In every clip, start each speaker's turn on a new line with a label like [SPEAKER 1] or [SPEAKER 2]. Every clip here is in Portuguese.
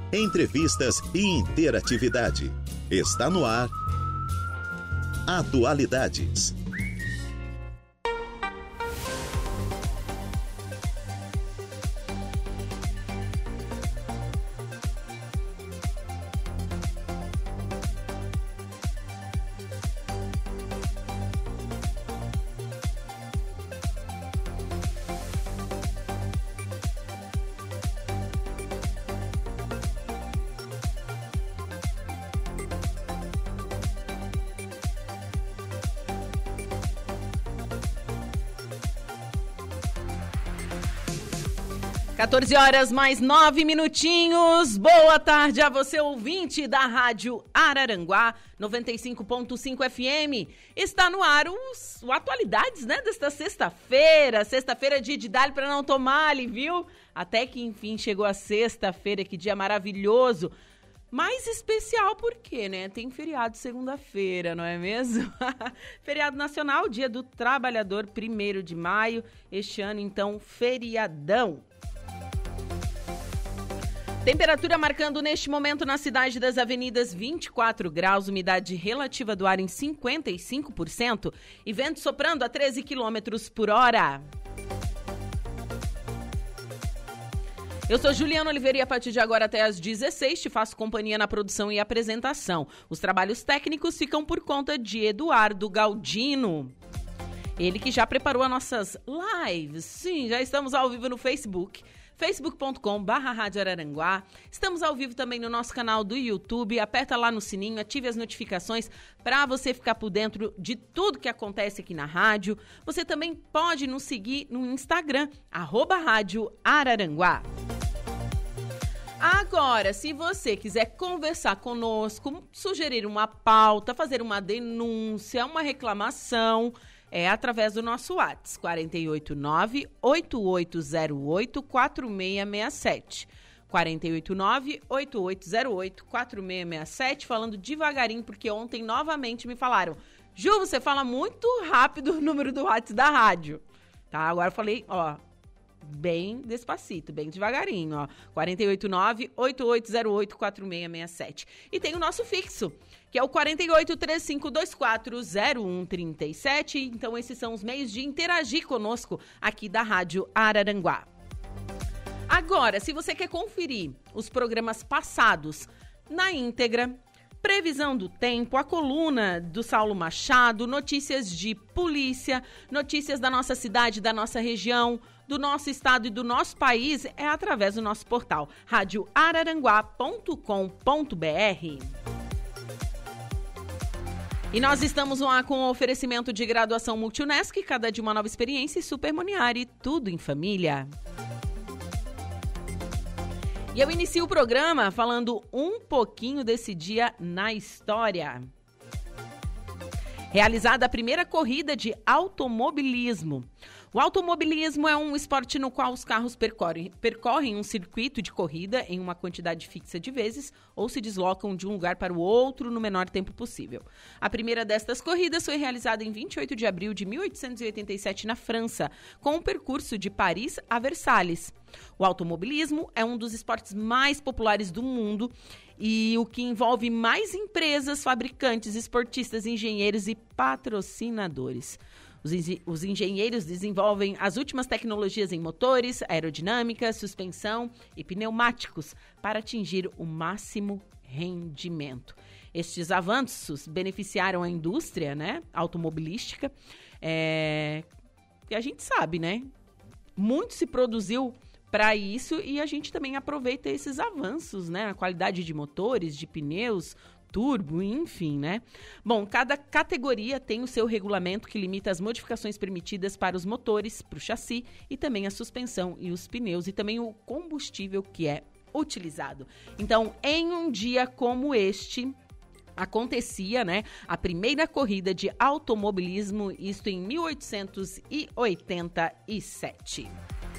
[SPEAKER 1] entrevistas e interatividade. Está no ar Atualidades.
[SPEAKER 2] (14h mais 9 minutinhos). Boa tarde a você, ouvinte da Rádio Araranguá 95.5 FM. Está no ar o Atualidades, né, desta sexta-feira. Sexta-feira, dia de dar para não tomar, viu? Até que enfim chegou a sexta-feira, que dia maravilhoso. Mais especial porque, né, tem feriado segunda-feira, não é mesmo? Feriado nacional, Dia do Trabalhador, 1º de maio. Este ano, então, feriadão. Temperatura marcando neste momento na cidade das avenidas 24 graus, umidade relativa do ar em 55% e vento soprando a 13 quilômetros por hora. Eu sou Juliana Oliveira e a partir de agora até às 16 te faço companhia na produção e apresentação. Os trabalhos técnicos ficam por conta de Eduardo Galdino. Ele que já preparou as nossas lives. Sim, já estamos ao vivo no Facebook. facebook.com/Rádio Araranguá. Estamos ao vivo também no nosso canal do YouTube. Aperta lá no sininho, ative as notificações para você ficar por dentro de tudo que acontece aqui na rádio. Você também pode nos seguir no Instagram, @Rádio Araranguá. Agora, se você quiser conversar conosco, sugerir uma pauta, fazer uma denúncia, uma reclamação, é através do nosso WhatsApp, 489-8808-4667. 489-8808-4667, falando devagarinho, porque ontem novamente me falaram: Ju, você fala muito rápido o número do WhatsApp da rádio. Tá, agora eu falei, bem despacito, bem devagarinho, 489-8808-4667. E tem o nosso fixo, que é o 4835240137. Então, esses são os meios de interagir conosco aqui da Rádio Araranguá. Agora, se você quer conferir os programas passados na íntegra, previsão do tempo, a coluna do Saulo Machado, notícias de polícia, notícias da nossa cidade, da nossa região, do nosso estado e do nosso país, é através do nosso portal radioararanguá.com.br. E nós estamos lá com o oferecimento de graduação Multunesc, cada dia uma nova experiência, e Super Moniari, tudo em família. E eu inicio o programa falando um pouquinho desse dia na história. Realizada a primeira corrida de automobilismo. O automobilismo é um esporte no qual os carros percorrem um circuito de corrida em uma quantidade fixa de vezes ou se deslocam de um lugar para o outro no menor tempo possível. A primeira destas corridas foi realizada em 28 de abril de 1887 na França, com um percurso de Paris a Versalhes. O automobilismo é um dos esportes mais populares do mundo e o que envolve mais empresas, fabricantes, esportistas, engenheiros e patrocinadores. Os engenheiros desenvolvem as últimas tecnologias em motores, aerodinâmica, suspensão e pneumáticos para atingir o máximo rendimento. Estes avanços beneficiaram a indústria, né, automobilística, que a gente sabe, né? Muito se produziu para isso e a gente também aproveita esses avanços, né? A qualidade de motores, de pneus, turbo, enfim, né? Bom, cada categoria tem o seu regulamento que limita as modificações permitidas para os motores, para o chassi e também a suspensão e os pneus e também o combustível que é utilizado. Então, em um dia como este, acontecia, né, a primeira corrida de automobilismo, isto em 1887.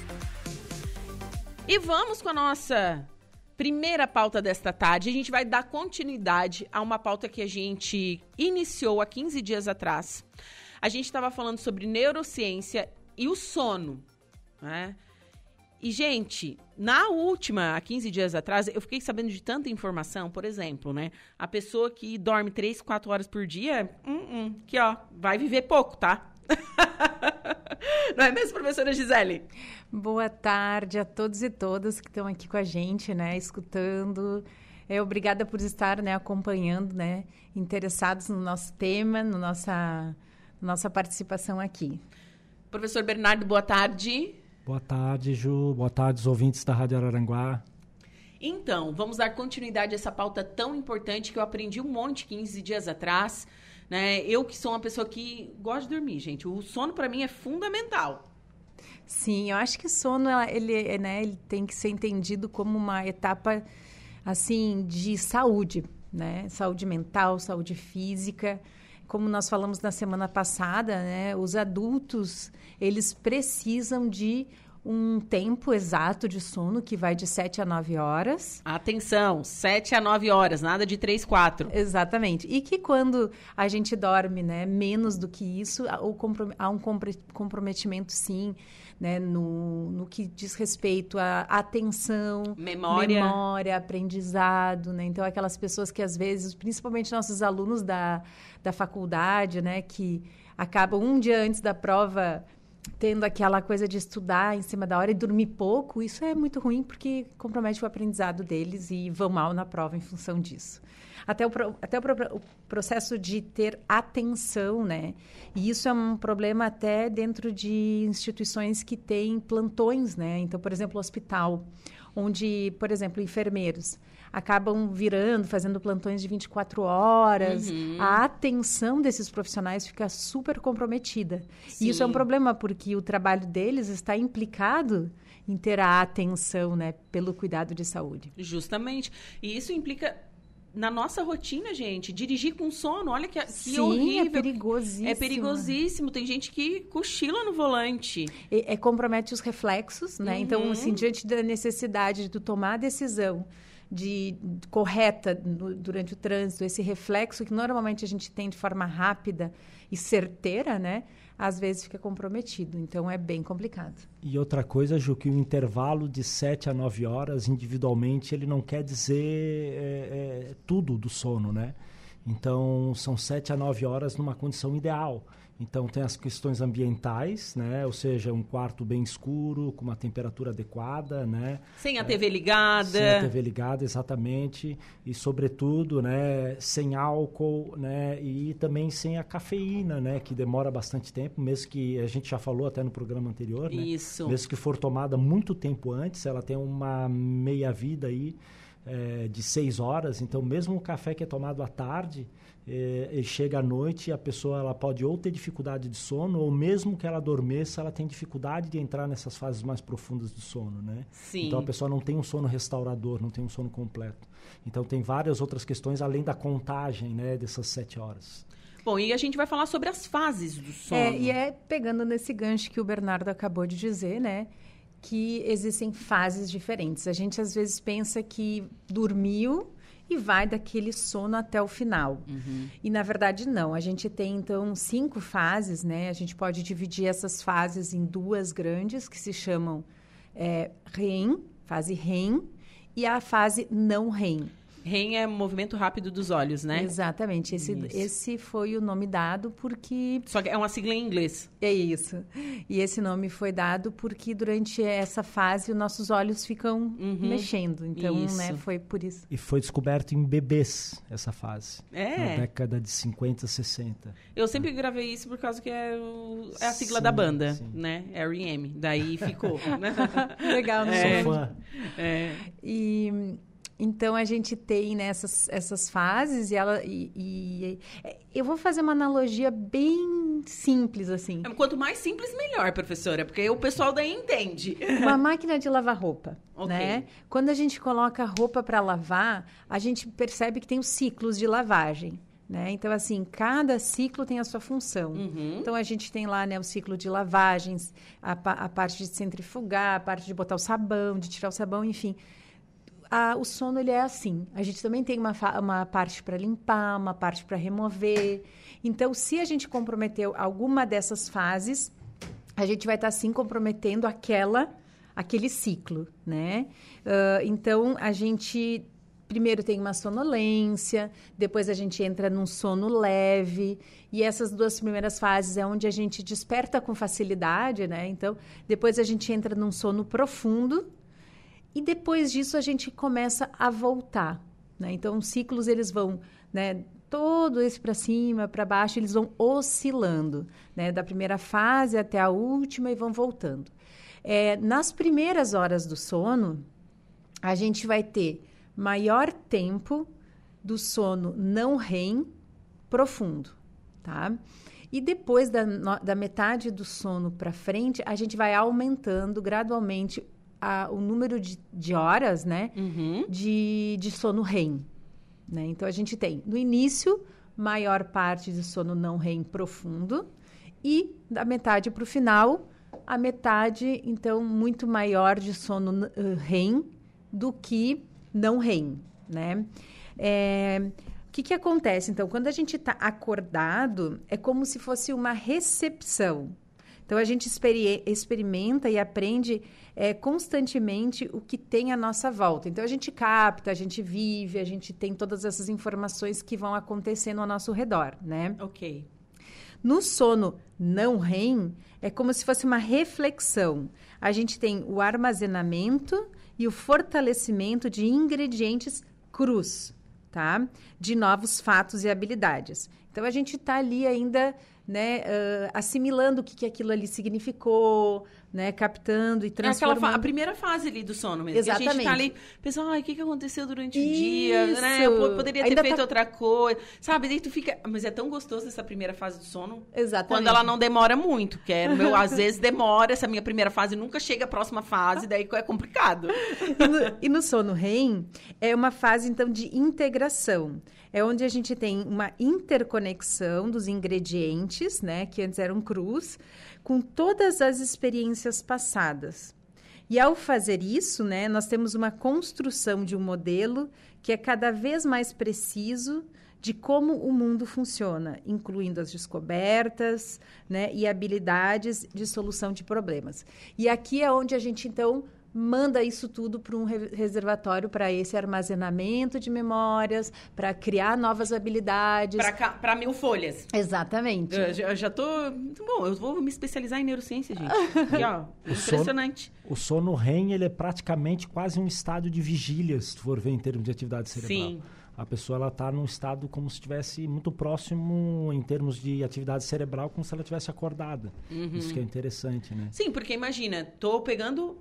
[SPEAKER 2] E vamos com a nossa primeira pauta desta tarde. A gente vai dar continuidade a uma pauta que a gente iniciou há 15 dias atrás. A gente estava falando sobre neurociência e o sono, né? E, gente, na última, há 15 dias atrás, eu fiquei sabendo de tanta informação, por exemplo, né? A pessoa que dorme 3, 4 horas por dia, que ó, vai viver pouco, tá? Não é mesmo, professora Gisele?
[SPEAKER 3] Boa tarde a todos e todas que estão aqui com a gente, né, escutando. Obrigada por estar, né, acompanhando, né, interessados no nosso tema, no nossa participação aqui.
[SPEAKER 2] Professor Bernardo, boa tarde.
[SPEAKER 4] Boa tarde, Ju. Boa tarde, os ouvintes da Rádio Araranguá.
[SPEAKER 2] Então, vamos dar continuidade a essa pauta tão importante que eu aprendi um monte 15 dias atrás, né? Eu que sou uma pessoa que gosta de dormir, gente. O sono, para mim, é fundamental.
[SPEAKER 3] Sim, eu acho que o sono, ele tem que ser entendido como uma etapa, assim, de saúde, né? Saúde mental, saúde física. Como nós falamos na semana passada, né? Os adultos, eles precisam de um tempo exato de sono, que vai de 7 a 9 horas.
[SPEAKER 2] Atenção, 7 a 9 horas, nada de 3, 4.
[SPEAKER 3] Exatamente. E que quando a gente dorme, né, menos do que isso, há um comprometimento, sim, né, no que diz respeito à atenção, memória, aprendizado, né? Então, aquelas pessoas que, às vezes, principalmente nossos alunos da faculdade, né, que acabam um dia antes da prova tendo aquela coisa de estudar em cima da hora e dormir pouco, isso é muito ruim porque compromete o aprendizado deles e vão mal na prova em função disso. Até o processo de ter atenção, né? E isso é um problema até dentro de instituições que têm plantões, né? Então, por exemplo, o hospital, onde, por exemplo, enfermeiros acabam fazendo plantões de 24 horas. A atenção desses profissionais fica super comprometida. Sim. E isso é um problema, porque o trabalho deles está implicado em ter a atenção, né, pelo cuidado de saúde.
[SPEAKER 2] Justamente. E isso implica na nossa rotina, gente. Dirigir com sono, olha que
[SPEAKER 3] Sim,
[SPEAKER 2] horrível.
[SPEAKER 3] É perigosíssimo.
[SPEAKER 2] É perigosíssimo. Tem gente que cochila no volante.
[SPEAKER 3] Compromete os reflexos, né? Então, assim, diante da necessidade de tu tomar a decisão correta durante o trânsito, esse reflexo que normalmente a gente tem de forma rápida e certeira, né? Às vezes fica comprometido. Então, é bem complicado.
[SPEAKER 4] E outra coisa, Ju, que o intervalo de 7 a 9 horas, individualmente, ele não quer dizer tudo do sono, né? Então, são 7 a 9 horas numa condição ideal. Então, tem as questões ambientais, né? Ou seja, um quarto bem escuro, com uma temperatura adequada, né?
[SPEAKER 2] Sem a TV ligada.
[SPEAKER 4] Sem a TV ligada, exatamente. E, sobretudo, né, sem álcool, né? E também sem a cafeína, né? Que demora bastante tempo, mesmo que a gente já falou até no programa anterior, né?
[SPEAKER 2] Isso.
[SPEAKER 4] Mesmo que for tomada muito tempo antes, ela tem uma meia-vida aí de 6 horas. Então, mesmo o café que é tomado à tarde, ele chega à noite e a pessoa ela pode ou ter dificuldade de sono, ou mesmo que ela adormeça, ela tem dificuldade de entrar nessas fases mais profundas do sono, né?
[SPEAKER 2] Sim.
[SPEAKER 4] Então, a pessoa não tem um sono restaurador, não tem um sono completo. Então, tem várias outras questões, além da contagem, né, dessas 7 horas.
[SPEAKER 2] Bom, e a gente vai falar sobre as fases do sono.
[SPEAKER 3] Pegando nesse gancho que o Bernardo acabou de dizer, né? Que existem fases diferentes. A gente, às vezes, pensa que dormiu e vai daquele sono até o final. E, na verdade, não. A gente tem, então, 5 fases, né? A gente pode dividir essas fases em 2 grandes, que se chamam REM, fase REM, e a fase não REM.
[SPEAKER 2] REM é movimento rápido dos olhos, né?
[SPEAKER 3] Exatamente. Esse foi o nome dado porque...
[SPEAKER 2] Só que é uma sigla em inglês.
[SPEAKER 3] É isso. E esse nome foi dado porque durante essa fase os nossos olhos ficam mexendo. Então, né, foi por isso.
[SPEAKER 4] E foi descoberto em bebês, essa fase.
[SPEAKER 2] Na
[SPEAKER 4] década de 50, 60.
[SPEAKER 2] Eu sempre gravei isso por causa que é a sigla da banda, né? R.E.M. Daí ficou. Né?
[SPEAKER 3] Legal, né?
[SPEAKER 4] Sou fã.
[SPEAKER 3] Então, a gente tem, né, essas fases e eu vou fazer uma analogia bem simples, assim.
[SPEAKER 2] Quanto mais simples, melhor, professora, porque o pessoal daí entende.
[SPEAKER 3] Uma máquina de lavar roupa,
[SPEAKER 2] Okay.
[SPEAKER 3] né? Quando a gente coloca roupa para lavar, a gente percebe que tem os ciclos de lavagem. Né? Então, assim, cada ciclo tem a sua função. Então, a gente tem lá, né, o ciclo de lavagens, a parte de centrifugar, a parte de botar o sabão, de tirar o sabão, enfim... O sono, ele é assim. A gente também tem uma parte para limpar, uma parte para remover. Então, se a gente comprometeu alguma dessas fases, a gente vai estar, sim, comprometendo aquela aquele ciclo, né? Então, a gente primeiro tem uma sonolência, depois a gente entra num sono leve, e essas 2 primeiras fases é onde a gente desperta com facilidade, né? Então, depois a gente entra num sono profundo, e depois disso a gente começa a voltar, né? Então, os ciclos, eles vão, né, todo esse para cima, para baixo, eles vão oscilando, né? Da primeira fase até a última e vão voltando. Nas primeiras horas do sono, a gente vai ter maior tempo do sono não REM profundo, tá? E depois da metade do sono para frente, a gente vai aumentando gradualmente o número de horas, né? De sono REM, né? Então, a gente tem, no início, maior parte de sono não REM profundo e da metade para o final, a metade, então, muito maior de sono REM do que não REM, né? O que acontece, então? Quando a gente está acordado, é como se fosse uma recepção. Então, a gente experimenta e aprende constantemente o que tem à nossa volta. Então, a gente capta, a gente vive, a gente tem todas essas informações que vão acontecendo ao nosso redor, né?
[SPEAKER 2] Ok.
[SPEAKER 3] No sono não REM, é como se fosse uma reflexão. A gente tem o armazenamento e o fortalecimento de ingredientes crus, tá? De novos fatos e habilidades. Então, a gente está ali ainda, né, assimilando o que aquilo ali significou, né, captando e transformando.
[SPEAKER 2] A primeira fase ali do sono mesmo.
[SPEAKER 3] Exatamente.
[SPEAKER 2] Que a gente tá ali pensando, o que aconteceu durante o dia, né? Eu poderia ter feito outra coisa, sabe? Daí tu fica... Mas é tão gostoso essa primeira fase do sono.
[SPEAKER 3] Exatamente.
[SPEAKER 2] Quando ela não demora muito, que às vezes demora, essa minha primeira fase nunca chega à próxima fase, daí é complicado.
[SPEAKER 3] E no sono REM, é uma fase, então, de integração. É onde a gente tem uma interconexão dos ingredientes, né, que antes eram crus, com todas as experiências passadas. E ao fazer isso, né, nós temos uma construção de um modelo que é cada vez mais preciso de como o mundo funciona, incluindo as descobertas, né, e habilidades de solução de problemas. E aqui é onde a gente, então, manda isso tudo para um reservatório, para esse armazenamento de memórias, para criar novas habilidades.
[SPEAKER 2] Para 1000 folhas.
[SPEAKER 3] Exatamente.
[SPEAKER 2] Eu já tô... Muito bom, eu vou me especializar em neurociência, gente. Aqui, ó, impressionante.
[SPEAKER 4] O sono REM, ele é praticamente quase um estado de vigília, se tu for ver em termos de atividade cerebral.
[SPEAKER 2] Sim.
[SPEAKER 4] A pessoa, ela está num estado como se estivesse muito próximo em termos de atividade cerebral, como se ela estivesse acordada. Isso que é interessante, né?
[SPEAKER 2] Sim, porque imagina, tô pegando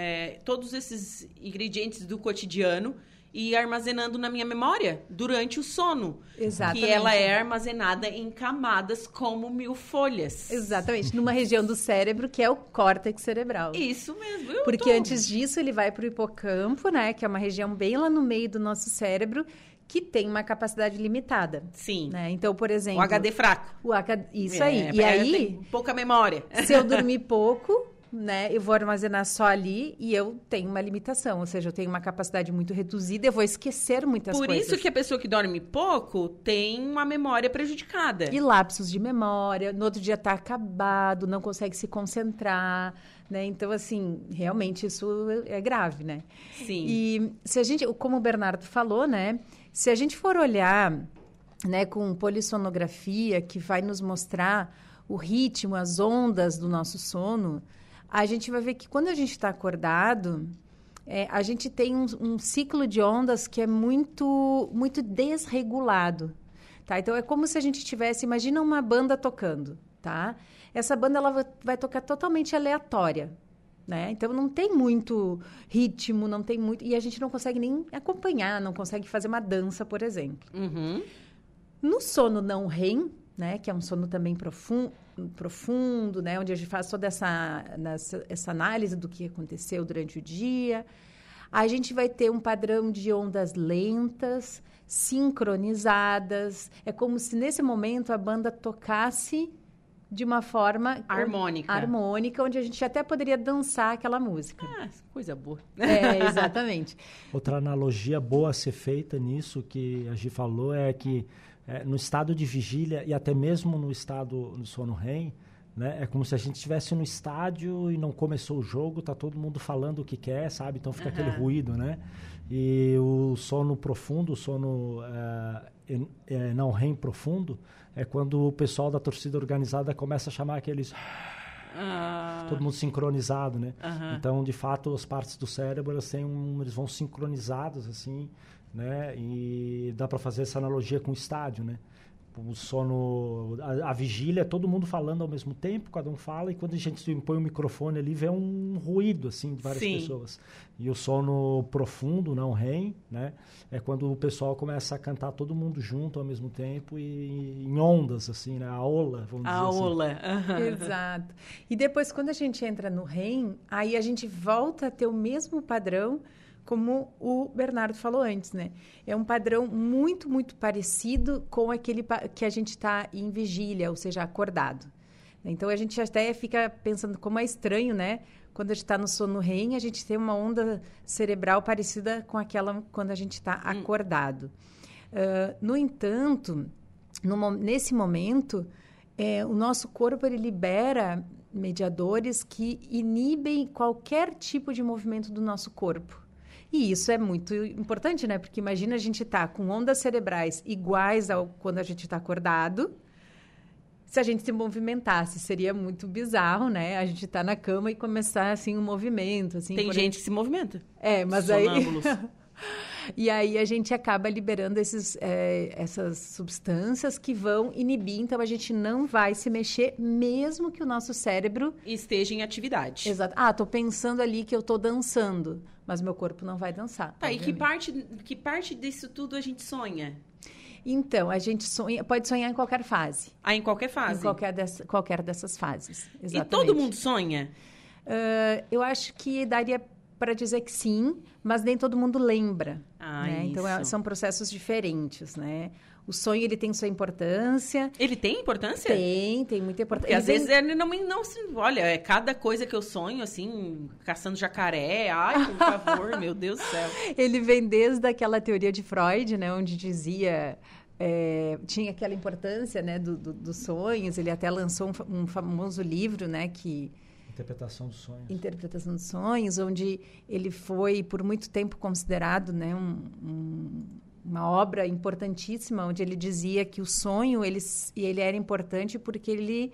[SPEAKER 2] todos esses ingredientes do cotidiano e armazenando na minha memória durante o sono.
[SPEAKER 3] Exatamente.
[SPEAKER 2] Que ela é armazenada em camadas como 1000 folhas.
[SPEAKER 3] Exatamente, numa região do cérebro que é o córtex cerebral.
[SPEAKER 2] Isso mesmo.
[SPEAKER 3] Porque antes disso ele vai para o hipocampo, né, que é uma região bem lá no meio do nosso cérebro, que tem uma capacidade limitada.
[SPEAKER 2] Sim.
[SPEAKER 3] Né? Então, por exemplo...
[SPEAKER 2] O HD fraco.
[SPEAKER 3] Isso aí. E aí...
[SPEAKER 2] Tem pouca memória.
[SPEAKER 3] Se eu dormir pouco, né, eu vou armazenar só ali e eu tenho uma limitação. Ou seja, eu tenho uma capacidade muito reduzida, eu vou esquecer muitas coisas.
[SPEAKER 2] Por isso que a pessoa que dorme pouco tem uma memória prejudicada.
[SPEAKER 3] E lapsos de memória, no outro dia está acabado, não consegue se concentrar, né? Então, assim, realmente isso é grave, né?
[SPEAKER 2] Sim.
[SPEAKER 3] E se a gente, como o Bernardo falou, né? Se a gente for olhar, né, com polissonografia, que vai nos mostrar o ritmo, as ondas do nosso sono, a gente vai ver que quando a gente está acordado, a gente tem um ciclo de ondas que é muito, muito desregulado, tá? Então, é como se a gente tivesse, imagina uma banda tocando, tá? Essa banda ela vai tocar totalmente aleatória, né? Então, não tem muito ritmo, não tem muito... E a gente não consegue nem acompanhar, não consegue fazer uma dança, por exemplo.
[SPEAKER 2] Uhum.
[SPEAKER 3] No sono não REM, né? Que é um sono também profundo, né? Onde a gente faz toda essa análise do que aconteceu durante o dia. A gente vai ter um padrão de ondas lentas, sincronizadas. É como se, nesse momento, a banda tocasse de uma forma... harmônica, onde a gente até poderia dançar aquela música.
[SPEAKER 2] Ah, coisa boa.
[SPEAKER 3] Exatamente.
[SPEAKER 4] Outra analogia boa a ser feita nisso que a Gi falou é que no estado de vigília e até mesmo no estado do sono REM, né? É como se a gente estivesse no estádio e não começou o jogo, tá todo mundo falando o que quer, sabe? Então fica aquele ruído, né? E o sono profundo, o sono não REM profundo, é quando o pessoal da torcida organizada começa a chamar aqueles... todo mundo sincronizado, né? Então, de fato, as partes do cérebro, eles vão sincronizadas, assim, né? E dá para fazer essa analogia com o estádio, né? O sono, a vigília, todo mundo falando ao mesmo tempo, cada um fala, e quando a gente põe o microfone ali, vê um ruído, assim, de várias pessoas. E o sono profundo, não REM, né? É quando o pessoal começa a cantar todo mundo junto ao mesmo tempo e em ondas, assim, né? A ola, vamos dizer assim.
[SPEAKER 2] A ola.
[SPEAKER 3] Exato. E depois, quando a gente entra no REM, aí a gente volta a ter o mesmo padrão como o Bernardo falou antes, né? É um padrão muito, muito parecido com aquele que a gente está em vigília, ou seja, acordado. Então, a gente até fica pensando como é estranho, né? Quando a gente está no sono REM, a gente tem uma onda cerebral parecida com aquela quando a gente está acordado. No entanto, nesse momento, o nosso corpo ele libera mediadores que inibem qualquer tipo de movimento do nosso corpo. E isso é muito importante, né? Porque imagina a gente estar com ondas cerebrais iguais ao quando a gente está acordado. Se a gente se movimentasse, seria muito bizarro, né? A gente tá na cama e começar, assim, um movimento. Assim,
[SPEAKER 2] Tem gente que se movimenta.
[SPEAKER 3] Mas
[SPEAKER 2] sonâmbulos.
[SPEAKER 3] E aí a gente acaba liberando essas substâncias que vão inibir. Então, a gente não vai se mexer, mesmo que o nosso cérebro...
[SPEAKER 2] esteja em atividade.
[SPEAKER 3] Exato. Tô pensando ali que eu tô dançando, mas meu corpo não vai dançar.
[SPEAKER 2] Tá, e que parte disso tudo a gente sonha?
[SPEAKER 3] Então, a gente pode sonhar em qualquer fase.
[SPEAKER 2] Em qualquer fase?
[SPEAKER 3] Em qualquer dessas fases, exatamente.
[SPEAKER 2] E todo mundo sonha?
[SPEAKER 3] Eu acho que daria para dizer que sim, mas nem todo mundo lembra. Né? Então, são processos diferentes, né? O sonho, ele tem sua importância.
[SPEAKER 2] Ele tem importância?
[SPEAKER 3] Tem muita importância.
[SPEAKER 2] Porque às vezes ele não se... Olha, cada coisa que eu sonho, assim, caçando jacaré. Ai, por favor, meu Deus do céu.
[SPEAKER 3] Ele vem desde aquela teoria de Freud, né? Onde dizia... tinha aquela importância, né, dos sonhos. Ele até lançou um famoso livro, né, que...
[SPEAKER 4] Interpretação dos sonhos.
[SPEAKER 3] Interpretação dos sonhos, onde ele foi, por muito tempo, considerado, né, uma obra importantíssima, onde ele dizia que o sonho, ele era importante porque ele...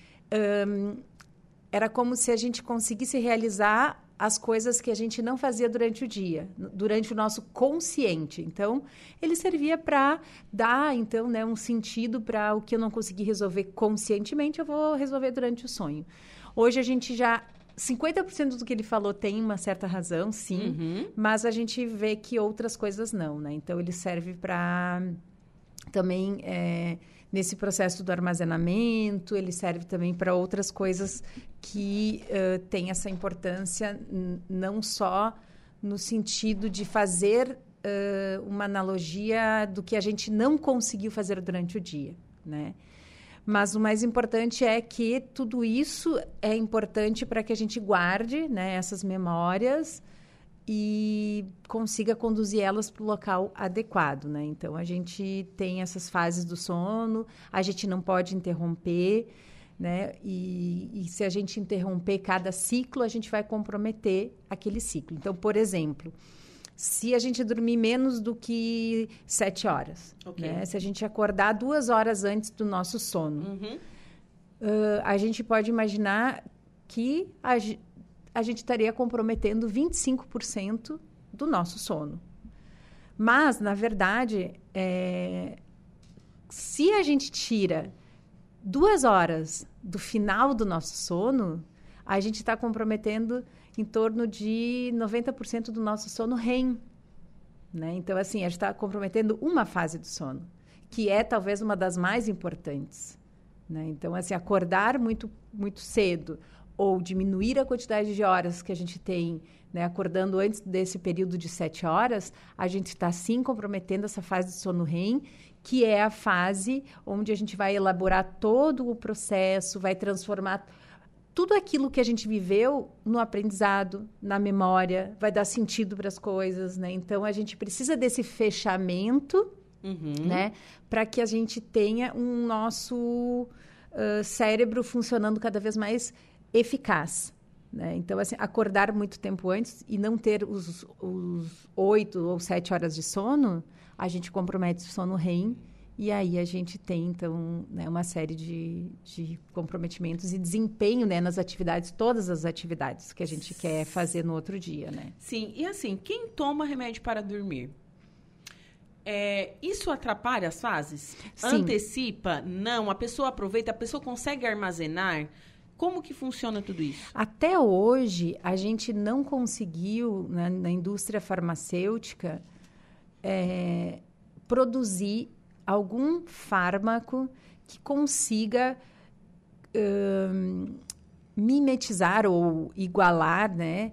[SPEAKER 3] era como se a gente conseguisse realizar as coisas que a gente não fazia durante o dia, durante o nosso consciente. Então, ele servia para dar, então, né, um sentido para o que eu não consegui resolver conscientemente, eu vou resolver durante o sonho. Hoje, a gente já... 50% do que ele falou tem uma certa razão, sim, mas a gente vê que outras coisas não, né? Então, ele serve para também... nesse processo do armazenamento, ele serve também para outras coisas que têm essa importância, não só no sentido de fazer uma analogia do que a gente não conseguiu fazer durante o dia, né? Mas o mais importante é que tudo isso é importante para que a gente guarde, né, essas memórias e consiga conduzir elas para o local adequado, né? Então, a gente tem essas fases do sono, a gente não pode interromper, né? E se a gente interromper cada ciclo, a gente vai comprometer aquele ciclo. Então, por exemplo, se a gente dormir menos do que 7 horas, né? Se a gente acordar 2 horas antes do nosso sono, a gente pode imaginar que a gente estaria comprometendo 25% do nosso sono. Mas, na verdade, se a gente tira 2 horas do final do nosso sono, a gente está comprometendo em torno de 90% do nosso sono REM. Né? Então, assim, a gente está comprometendo uma fase do sono, que é talvez uma das mais importantes. Né? Então, assim, acordar muito, muito cedo ou diminuir a quantidade de horas que a gente tem, né, acordando antes desse período de 7 horas, a gente está, sim, comprometendo essa fase de sono REM, que é a fase onde a gente vai elaborar todo o processo, vai transformar tudo aquilo que a gente viveu no aprendizado, na memória, vai dar sentido para as coisas, né? Então, a gente precisa desse fechamento, né, para que a gente tenha um nosso... cérebro funcionando cada vez mais eficaz. Né? Então, assim, acordar muito tempo antes e não ter os 8 ou 7 horas de sono, a gente compromete o sono REM e aí a gente tem, então, né, uma série de comprometimentos e desempenho, né, nas atividades, todas as atividades que a gente quer fazer no outro dia, né?
[SPEAKER 2] Sim, e assim, quem toma remédio para dormir, isso atrapalha as fases?
[SPEAKER 3] Sim.
[SPEAKER 2] Antecipa? Não, a pessoa aproveita, a pessoa consegue armazenar? Como que funciona tudo isso?
[SPEAKER 3] Até hoje, a gente não conseguiu, né, na indústria farmacêutica, produzir algum fármaco que consiga mimetizar ou igualar, né,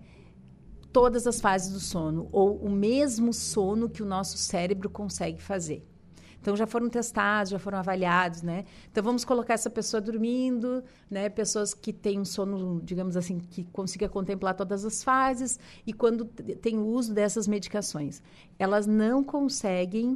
[SPEAKER 3] todas as fases do sono, ou o mesmo sono que o nosso cérebro consegue fazer. Então, já foram testados, já foram avaliados, né? Então, vamos colocar essa pessoa dormindo, né? Pessoas que têm um sono, digamos assim, que consiga contemplar todas as fases e quando tem o uso dessas medicações. Elas não conseguem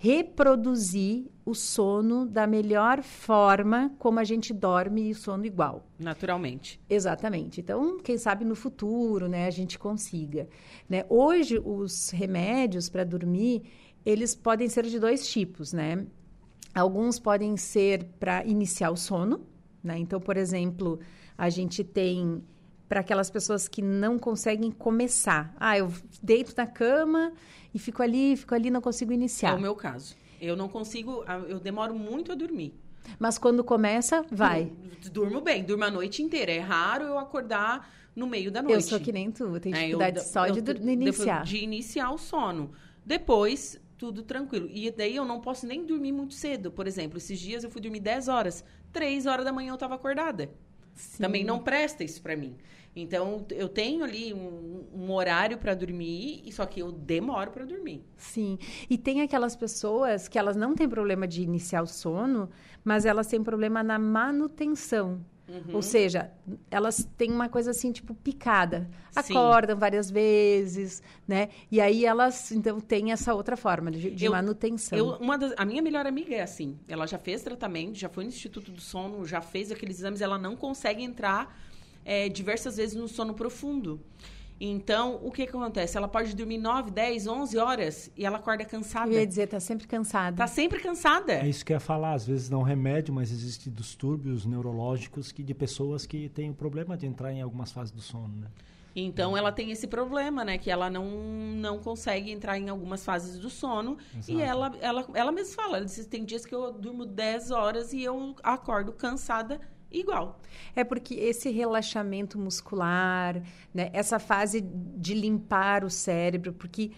[SPEAKER 3] reproduzir o sono da melhor forma como a gente dorme e o sono igual.
[SPEAKER 2] Naturalmente.
[SPEAKER 3] Exatamente. Então, quem sabe no futuro, né, a gente consiga. Né? Hoje, os remédios para dormir, eles podem ser de 2 tipos, né? Alguns podem ser para iniciar o sono, né? Então, por exemplo, a gente tem para aquelas pessoas que não conseguem começar. Eu deito na cama e fico ali, não consigo iniciar.
[SPEAKER 2] É o meu caso. Eu não consigo, eu demoro muito a dormir.
[SPEAKER 3] Mas quando começa, vai.
[SPEAKER 2] Durmo bem, durmo a noite inteira. É raro eu acordar no meio da noite.
[SPEAKER 3] Eu sou que nem tu, eu tenho dificuldade de iniciar.
[SPEAKER 2] De iniciar o sono. Depois, tudo tranquilo. E daí eu não posso nem dormir muito cedo. Por exemplo, esses dias eu fui dormir 10 horas. 3 horas da manhã eu estava acordada. Sim. Também não presta isso para mim. Então, eu tenho ali um horário para dormir, só que eu demoro para dormir.
[SPEAKER 3] Sim. E tem aquelas pessoas que elas não têm problema de iniciar o sono, mas elas têm problema na manutenção. Ou seja, elas têm uma coisa assim, tipo, picada. Acordam várias vezes, né? E aí elas, então, têm essa outra forma de manutenção.
[SPEAKER 2] A minha melhor amiga é assim. Ela já fez tratamento, já foi no Instituto do Sono, já fez aqueles exames. Ela não consegue entrar diversas vezes no sono profundo. Então, o que acontece? Ela pode dormir 9, 10, 11 horas e ela acorda cansada.
[SPEAKER 3] Eu ia dizer, tá sempre cansada.
[SPEAKER 2] Tá sempre cansada.
[SPEAKER 4] É isso que eu ia falar. Às vezes não remédio, mas existem distúrbios neurológicos de pessoas que têm o problema de entrar em algumas fases do sono, né?
[SPEAKER 2] Então, ela tem esse problema, né? Que ela não consegue entrar em algumas fases do sono. Exato. E ela mesma fala. Ela diz, tem dias que eu durmo 10 horas e eu acordo cansada igual.
[SPEAKER 3] É porque esse relaxamento muscular, né, essa fase de limpar o cérebro, porque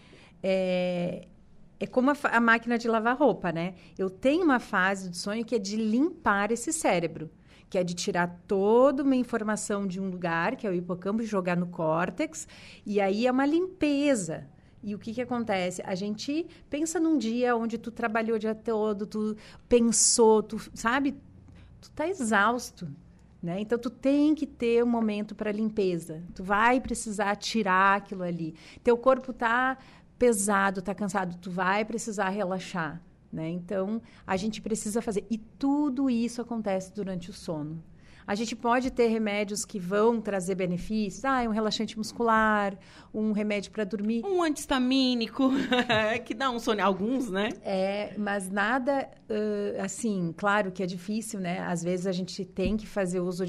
[SPEAKER 3] é como a máquina de lavar roupa, né? Eu tenho uma fase do sonho que é de limpar esse cérebro, que é de tirar toda uma informação de um lugar, que é o hipocampo, e jogar no córtex, e aí é uma limpeza. E o que acontece? A gente pensa num dia onde tu trabalhou o dia todo, tu pensou, tu sabe? Tu tá exausto, né? Então, tu tem que ter um momento para limpeza. Tu vai precisar tirar aquilo ali. Teu corpo tá pesado, tá cansado. Tu vai precisar relaxar, né? Então, a gente precisa fazer. E tudo isso acontece durante o sono. A gente pode ter remédios que vão trazer benefícios. Um relaxante muscular, um remédio para dormir.
[SPEAKER 2] Um antistamínico, que dá um sono. Alguns, né?
[SPEAKER 3] Mas nada, assim, claro que é difícil, né? Às vezes a gente tem que fazer uso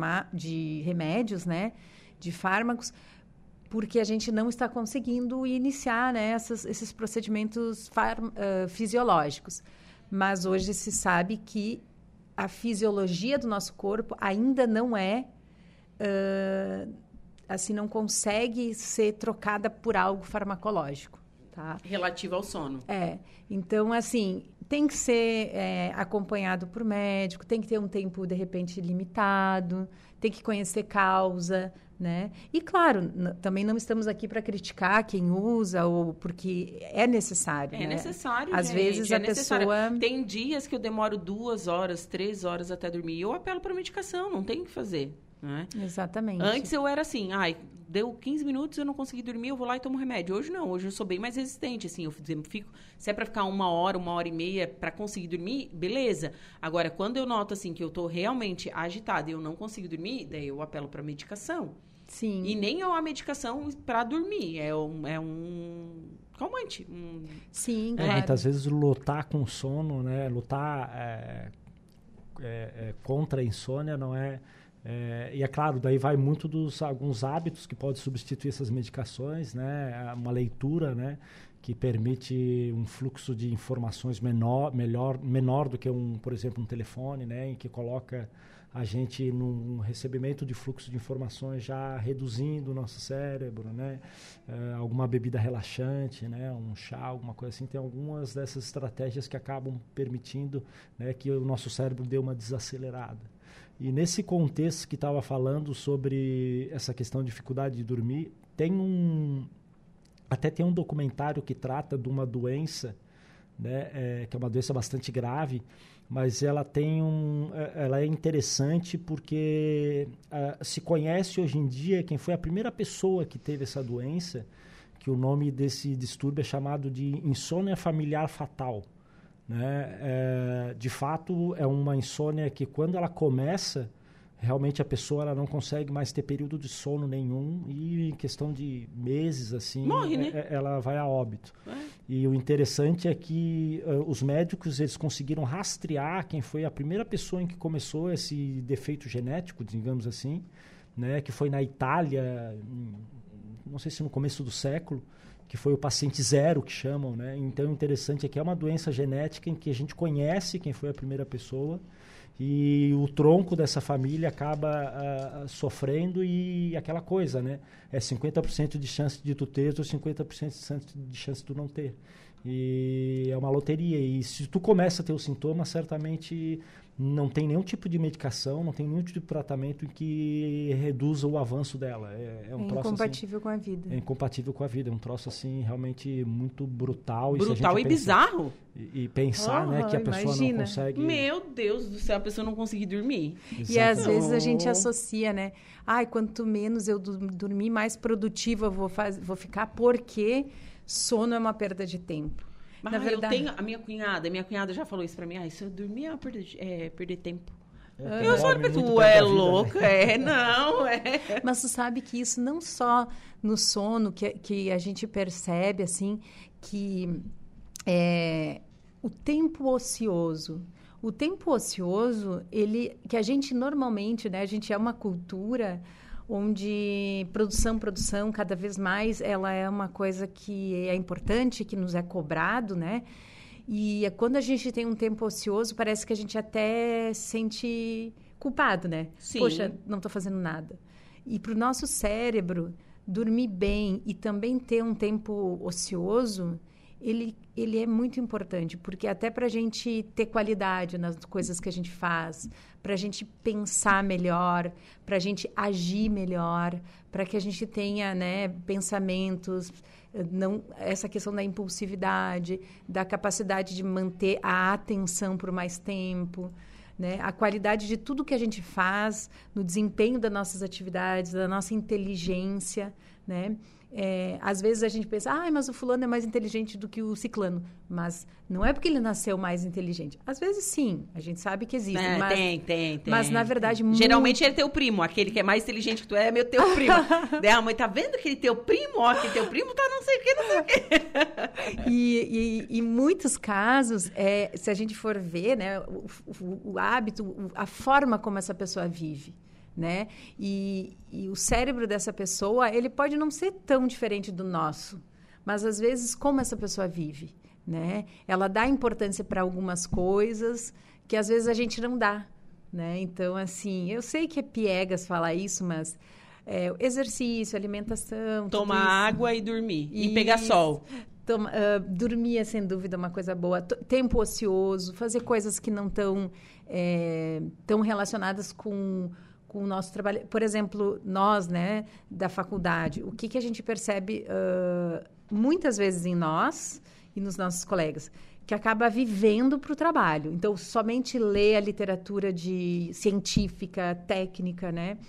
[SPEAKER 3] de remédios, né? De fármacos, porque a gente não está conseguindo iniciar, né? Esses procedimentos fisiológicos. Mas hoje se sabe que a fisiologia do nosso corpo ainda não assim, não consegue ser trocada por algo farmacológico, tá?
[SPEAKER 2] Relativo ao sono.
[SPEAKER 3] Então, assim, tem que ser acompanhado por médico, tem que ter um tempo, de repente, limitado, tem que conhecer causa, né? E, claro, também não estamos aqui para criticar quem usa ou porque é necessário, né?
[SPEAKER 2] Necessário,
[SPEAKER 3] Às vezes a pessoa...
[SPEAKER 2] Tem dias que eu demoro 2 horas, 3 horas até dormir e eu apelo para medicação, não tem o que fazer, né?
[SPEAKER 3] Exatamente.
[SPEAKER 2] Antes eu era assim, deu 15 minutos, eu não consegui dormir, eu vou lá e tomo remédio. Hoje não, hoje eu sou bem mais resistente, assim, se é pra ficar 1 hora e meia pra conseguir dormir, beleza. Agora, quando eu noto, assim, que eu tô realmente agitada e eu não consigo dormir, daí eu apelo pra medicação.
[SPEAKER 3] Sim.
[SPEAKER 2] E nem é uma medicação pra dormir, é um calmante.
[SPEAKER 3] Sim, claro.
[SPEAKER 4] Muitas vezes lutar com sono, né? Lutar contra a insônia não é... e é claro, daí vai muito dos alguns hábitos que podem substituir essas medicações, né? Uma leitura, né? Que permite um fluxo de informações menor do que, por exemplo, um telefone, né? Em que coloca a gente num recebimento de fluxo de informações já reduzindo o nosso cérebro, né? Alguma bebida relaxante, né? Um chá, alguma coisa assim. Tem algumas dessas estratégias que acabam permitindo, né, que o nosso cérebro dê uma desacelerada. E nesse contexto que estava falando sobre essa questão de dificuldade de dormir, até tem um documentário que trata de uma doença, né, que é uma doença bastante grave, mas ela é interessante porque se conhece hoje em dia quem foi a primeira pessoa que teve essa doença, que o nome desse distúrbio é chamado de insônia familiar fatal. Né? De fato, é uma insônia que quando ela começa, realmente a pessoa ela não consegue mais ter período de sono nenhum e em questão de meses, assim,
[SPEAKER 2] morre, né?
[SPEAKER 4] Ela vai a óbito. E o interessante é que os médicos eles conseguiram rastrear quem foi a primeira pessoa em que começou esse defeito genético, digamos assim, né? Que foi na Itália, não sei se no começo do século, que foi o paciente zero, que chamam, né? Então, o interessante é que é uma doença genética em que a gente conhece quem foi a primeira pessoa e o tronco dessa família acaba sofrendo e aquela coisa, né? É 50% de chance de tu ter ou 50% de chance de tu não ter. E é uma loteria. E se tu começa a ter os sintomas, certamente não tem nenhum tipo de medicação, não tem nenhum tipo de tratamento que reduza o avanço dela. É um troço
[SPEAKER 3] incompatível
[SPEAKER 4] assim,
[SPEAKER 3] com a vida.
[SPEAKER 4] É incompatível com a vida. É um troço assim realmente muito brutal.
[SPEAKER 2] Brutal e bizarro.
[SPEAKER 4] E pensar, né, que a pessoa não consegue...
[SPEAKER 2] Meu Deus do céu, a pessoa não consegue dormir.
[SPEAKER 3] Exato. E às vezes a gente associa, né? Quanto menos eu dormir, mais produtiva eu vou ficar, porque sono é uma perda de tempo.
[SPEAKER 2] Mas na verdade, eu tenho a minha cunhada já falou isso pra mim. Se eu dormir é perder tempo. Eu só falei, tu é louca? Não.
[SPEAKER 3] Mas tu sabe que isso não só no sono, que a gente percebe, assim, que o tempo ocioso. O tempo ocioso, que a gente normalmente, né, a gente é uma cultura onde produção, cada vez mais, ela é uma coisa que é importante, que nos é cobrado, né? E quando a gente tem um tempo ocioso, parece que a gente até se sente culpado, né?
[SPEAKER 2] Sim.
[SPEAKER 3] Poxa, não estou fazendo nada. E para o nosso cérebro, dormir bem e também ter um tempo ocioso, ele é muito importante, porque até para a gente ter qualidade nas coisas que a gente faz, para a gente pensar melhor, para a gente agir melhor, para que a gente tenha, né, pensamentos, essa questão da impulsividade, da capacidade de manter a atenção por mais tempo, né, a qualidade de tudo que a gente faz, no desempenho das nossas atividades, da nossa inteligência, né? Às vezes a gente pensa, mas o fulano é mais inteligente do que o ciclano. Mas não é porque ele nasceu mais inteligente. Às vezes, sim. A gente sabe que existe.
[SPEAKER 2] Tem.
[SPEAKER 3] Mas, na verdade...
[SPEAKER 2] Geralmente, ele é teu primo. Aquele que é mais inteligente que tu é teu primo. Daí a mãe tá vendo aquele teu primo? Aquele teu primo tá não sei o quê.
[SPEAKER 3] E em muitos casos, se a gente for ver, né, o hábito, a forma como essa pessoa vive, né? E o cérebro dessa pessoa, ele pode não ser tão diferente do nosso, mas às vezes como essa pessoa vive, né? Ela dá importância para algumas coisas que às vezes a gente não dá, né? Então, assim, eu sei que é piegas falar isso, mas exercício, alimentação...
[SPEAKER 2] Tomar água e dormir. E pegar sol.
[SPEAKER 3] Dormir é, sem dúvida, uma coisa boa. Tempo ocioso, fazer coisas que não estão tão relacionadas com o nosso trabalho. Por exemplo, nós, né, da faculdade, o que a gente percebe muitas vezes em nós e nos nossos colegas, que acaba vivendo para o trabalho. Então, somente ler a literatura científica, técnica, né?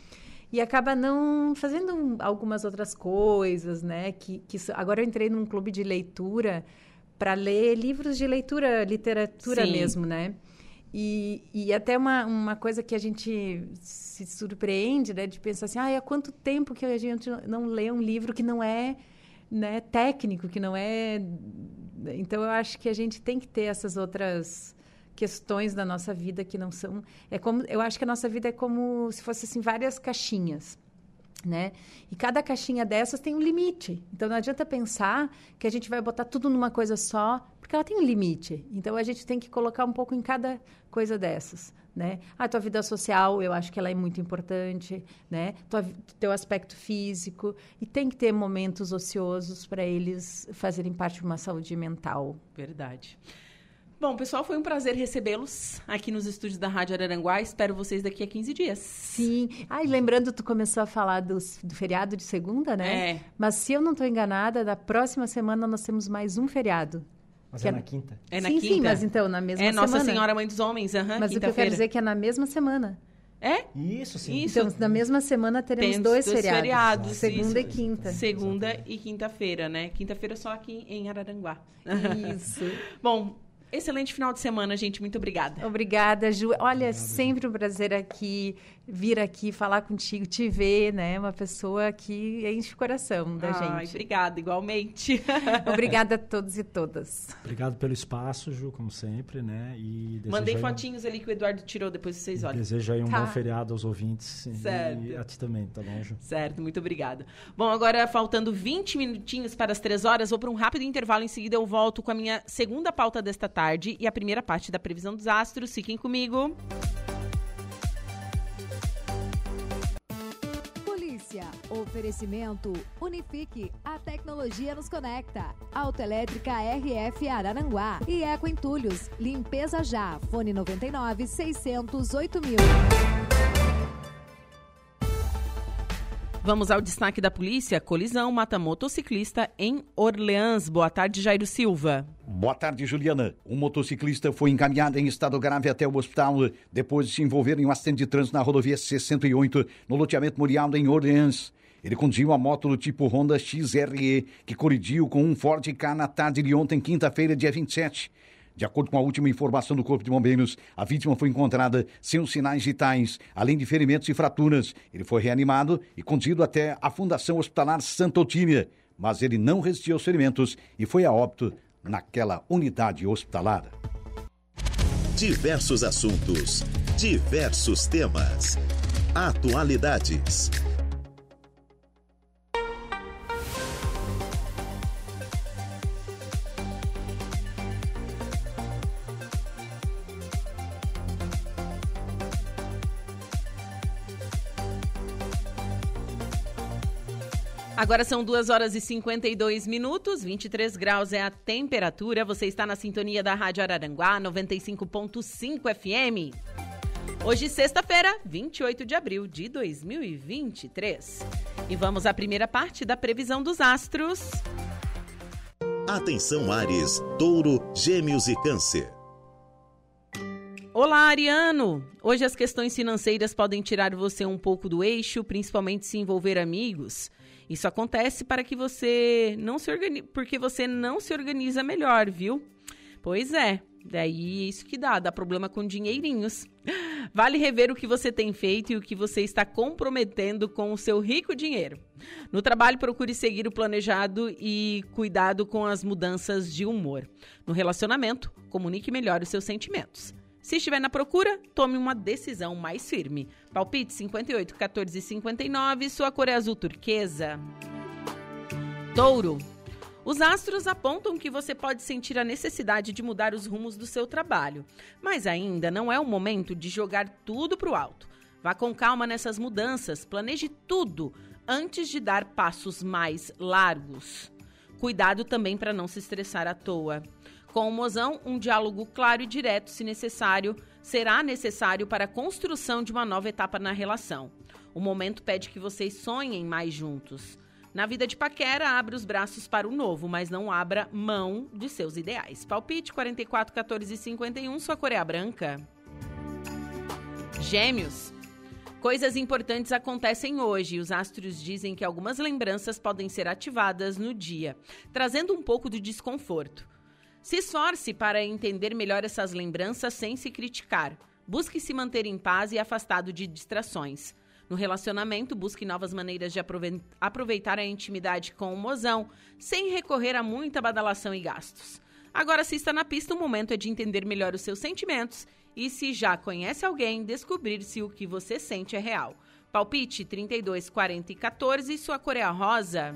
[SPEAKER 3] e acaba não fazendo algumas outras coisas, né? Agora eu entrei num clube de leitura para ler livros de leitura, literatura Sim. mesmo, né? E até uma coisa que a gente se surpreende, né? De pensar assim, há quanto tempo que a gente não lê um livro que não é, né, técnico, que não é... Então, eu acho que a gente tem que ter essas outras questões da nossa vida que não são... Eu acho que a nossa vida é como se fosse, assim, várias caixinhas, né? E cada caixinha dessas tem um limite. Então, não adianta pensar que a gente vai botar tudo numa coisa só, porque ela tem um limite. Então, a gente tem que colocar um pouco em cada coisa dessas, né? A tua vida social, eu acho que ela é muito importante, né? Teu aspecto físico. E tem que ter momentos ociosos para eles fazerem parte de uma saúde mental.
[SPEAKER 2] Verdade. Bom, pessoal, foi um prazer recebê-los aqui nos estúdios da Rádio Araranguá. Espero vocês daqui a 15 dias.
[SPEAKER 3] Sim. E lembrando, tu começou a falar do feriado de segunda, né? Mas se eu não estou enganada, da próxima semana nós temos mais um feriado.
[SPEAKER 4] Mas é na quinta.
[SPEAKER 2] É na quinta?
[SPEAKER 3] Sim, mas então, na mesma semana.
[SPEAKER 2] Nossa Senhora Mãe dos Homens,
[SPEAKER 3] Mas o que eu quero dizer é que é na mesma semana.
[SPEAKER 2] É?
[SPEAKER 4] Isso, sim.
[SPEAKER 3] Então, na mesma semana teremos dois feriados. Segunda
[SPEAKER 2] isso.
[SPEAKER 3] E quinta.
[SPEAKER 2] Segunda Exatamente. E quinta-feira, né? Quinta-feira só aqui em Araranguá.
[SPEAKER 3] Isso.
[SPEAKER 2] Bom, excelente final de semana, gente. Muito obrigada.
[SPEAKER 3] Obrigada, Ju. Olha, sempre um prazer vir aqui, falar contigo, te ver, né? Uma pessoa que enche o coração da gente.
[SPEAKER 2] Obrigada, igualmente.
[SPEAKER 3] Obrigada a todos e todas.
[SPEAKER 4] Obrigado pelo espaço, Ju, como sempre, né? E
[SPEAKER 2] mandei fotinhos ali que o Eduardo tirou, depois vocês olham.
[SPEAKER 4] Desejo aí um bom feriado aos ouvintes.
[SPEAKER 2] Certo.
[SPEAKER 4] E a ti também, tá bom, Ju?
[SPEAKER 2] Certo, muito obrigada. Bom, agora faltando 20 minutinhos para as 3 horas, vou para um rápido intervalo, em seguida eu volto com a minha segunda pauta desta tarde e a primeira parte da previsão dos astros. Fiquem comigo.
[SPEAKER 5] Oferecimento Unifique, a tecnologia nos conecta. Autoelétrica RF Araranguá e Eco Entulhos. Limpeza já. Fone 99 608 mil.
[SPEAKER 2] Vamos ao destaque da polícia. Colisão mata motociclista em Orleans. Boa tarde, Jairo Silva.
[SPEAKER 6] Boa tarde, Juliana. Um motociclista foi encaminhado em estado grave até o hospital depois de se envolver em um acidente de trânsito na rodovia C-108, no loteamento Murial, em Orleans. Ele conduziu a moto do tipo Honda XRE, que colidiu com um Ford Ka na tarde de ontem, quinta-feira, dia 27. De acordo com a última informação do Corpo de Bombeiros, a vítima foi encontrada sem os sinais vitais, além de ferimentos e fraturas. Ele foi reanimado e conduzido até a Fundação Hospitalar Santa Otília, mas ele não resistiu aos ferimentos e foi a óbito naquela unidade hospitalar.
[SPEAKER 1] Diversos assuntos, diversos temas, atualidades.
[SPEAKER 2] Agora são 2 horas e 52 minutos, 23 graus é a temperatura. Você está na sintonia da Rádio Araranguá, 95.5 FM. Hoje, sexta-feira, 28 de abril de 2023. E vamos à primeira parte da previsão dos astros.
[SPEAKER 1] Atenção, Áries, Touro, Gêmeos e Câncer.
[SPEAKER 2] Olá, Ariano! Hoje as questões financeiras podem tirar você um pouco do eixo, principalmente se envolver amigos. Isso acontece para que porque você não se organiza melhor, viu? Pois é, daí isso que dá problema com dinheirinhos. Vale rever o que você tem feito e o que você está comprometendo com o seu rico dinheiro. No trabalho, procure seguir o planejado e cuidado com as mudanças de humor. No relacionamento, comunique melhor os seus sentimentos. Se estiver na procura, tome uma decisão mais firme. Palpite 58, 14 e 59, sua cor é azul turquesa. Touro. Os astros apontam que você pode sentir a necessidade de mudar os rumos do seu trabalho, mas ainda não é o momento de jogar tudo para o alto. Vá com calma nessas mudanças, planeje tudo antes de dar passos mais largos. Cuidado também para não se estressar à toa. Com o mozão, um diálogo claro e direto, se necessário, será necessário para a construção de uma nova etapa na relação. O momento pede que vocês sonhem mais juntos. Na vida de paquera, abra os braços para o novo, mas não abra mão de seus ideais. Palpite 44, 14 e 51, sua cor é a branca. Gêmeos. Coisas importantes acontecem hoje e os astros dizem que algumas lembranças podem ser ativadas no dia, trazendo um pouco de desconforto. Se esforce para entender melhor essas lembranças sem se criticar. Busque se manter em paz e afastado de distrações. No relacionamento, busque novas maneiras de aproveitar a intimidade com o mozão, sem recorrer a muita badalação e gastos. Agora, se está na pista, o momento é de entender melhor os seus sentimentos e, se já conhece alguém, descobrir se o que você sente é real. Palpite 32, 40 e 14, sua cor é a rosa.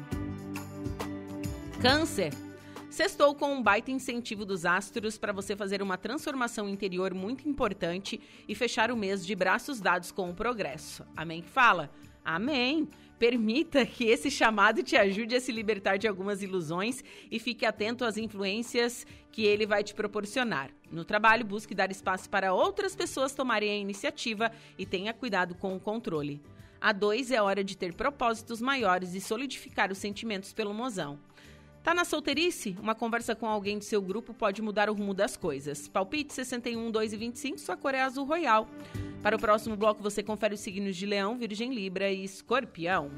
[SPEAKER 2] Câncer. Sextou com um baita incentivo dos astros para você fazer uma transformação interior muito importante e fechar o mês de braços dados com o progresso. Amém que fala? Amém! Permita que esse chamado te ajude a se libertar de algumas ilusões e fique atento às influências que ele vai te proporcionar. No trabalho, busque dar espaço para outras pessoas tomarem a iniciativa e tenha cuidado com o controle. A 2 é hora de ter propósitos maiores e solidificar os sentimentos pelo mozão. Tá na solteirice? Uma conversa com alguém do seu grupo pode mudar o rumo das coisas. Palpite 61, 2 e 25, sua cor é azul royal. Para o próximo bloco, você confere os signos de Leão, Virgem, Libra e Escorpião.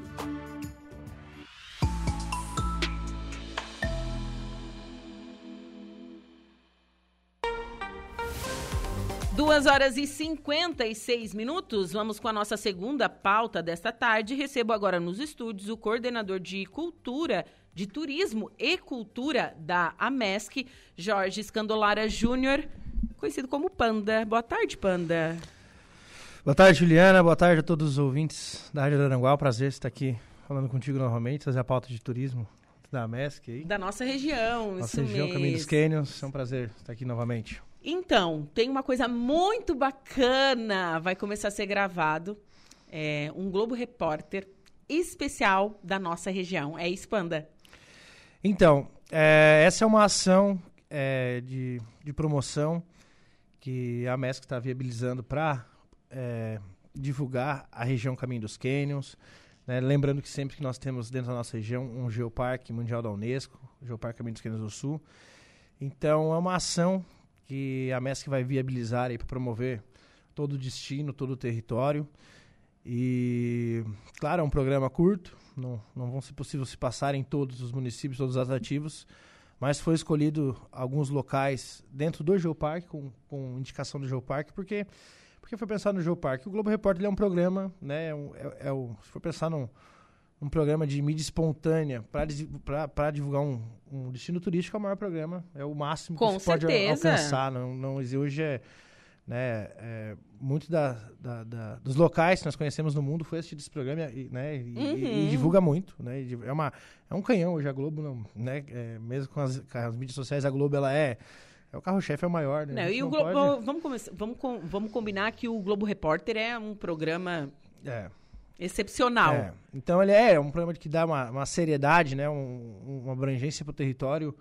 [SPEAKER 2] Duas horas e 56 minutos, vamos com a nossa segunda pauta desta tarde. Recebo agora nos estúdios o coordenador de Cultura, de Turismo e Cultura da AMESC, Jorge Scandolara Júnior, conhecido como Panda. Boa tarde, Panda.
[SPEAKER 7] Boa tarde, Juliana. Boa tarde a todos os ouvintes da Rádio Araranguá. É um prazer estar aqui falando contigo novamente, trazer a pauta de turismo da AMESC aí.
[SPEAKER 2] Da nossa região,
[SPEAKER 7] nossa região, Caminho dos Cânions. É um prazer estar aqui novamente.
[SPEAKER 2] Então, tem uma coisa muito bacana, vai começar a ser gravado, um Globo Repórter especial da nossa região. É isso, Panda?
[SPEAKER 7] Então, essa é uma ação de promoção que a AMESC está viabilizando para divulgar a região Caminho dos Cânions, né? Lembrando que sempre que nós temos dentro da nossa região um Geoparque Mundial da Unesco, o Geoparque Caminho dos Cânions do Sul. Então, é uma ação que a AMESC vai viabilizar para promover todo o destino, todo o território. E, claro, é um programa curto, não vão ser possível se passar em todos os municípios, todos os atrativos, mas foi escolhido alguns locais dentro do Geoparque, com indicação do Geoparque, porque foi pensado no Geoparque. O Globo Repórter é um programa, né, se for pensar num programa de mídia espontânea para divulgar um destino turístico, é o maior programa, é o máximo que você pode alcançar. Não hoje muito dos locais que nós conhecemos no mundo foi assistido esse programa e divulga muito, né? É um canhão hoje a Globo, né? Mesmo com as mídias sociais, a Globo ela é o carro-chefe, é o maior, né?
[SPEAKER 2] Não, e o Globo, vamos combinar que o Globo Repórter é um programa excepcional.
[SPEAKER 7] Então ele é um programa que dá uma seriedade, né? Uma abrangência para o território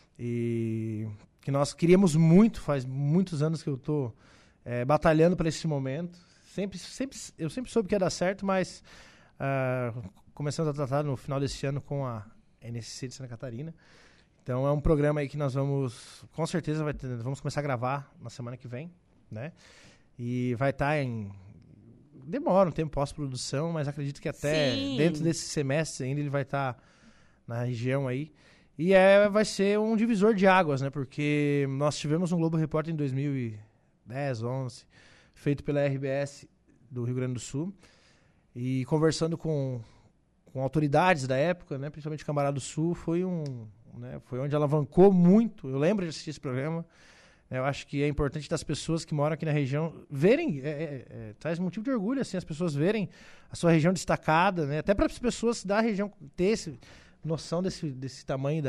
[SPEAKER 7] e que nós queríamos muito, faz muitos anos que eu estou batalhando para esse momento. Eu sempre soube que ia dar certo, mas começamos a tratar no final desse ano com a NSC de Santa Catarina. Então é um programa aí que nós com certeza vamos começar a gravar na semana que vem, né? E vai estar demora um tempo pós-produção, mas acredito que até dentro desse semestre ainda ele vai estar na região aí. E vai ser um divisor de águas, né? Porque nós tivemos um Globo Repórter em 2010, 11, feito pela RBS do Rio Grande do Sul. E conversando com autoridades da época, né? Principalmente Cambará do Sul, foi onde alavancou muito. Eu lembro de assistir esse programa. Eu acho que é importante das pessoas que moram aqui na região verem, traz motivo de orgulho, assim, as pessoas verem a sua região destacada, né? Até para as pessoas da região ter noção desse tamanho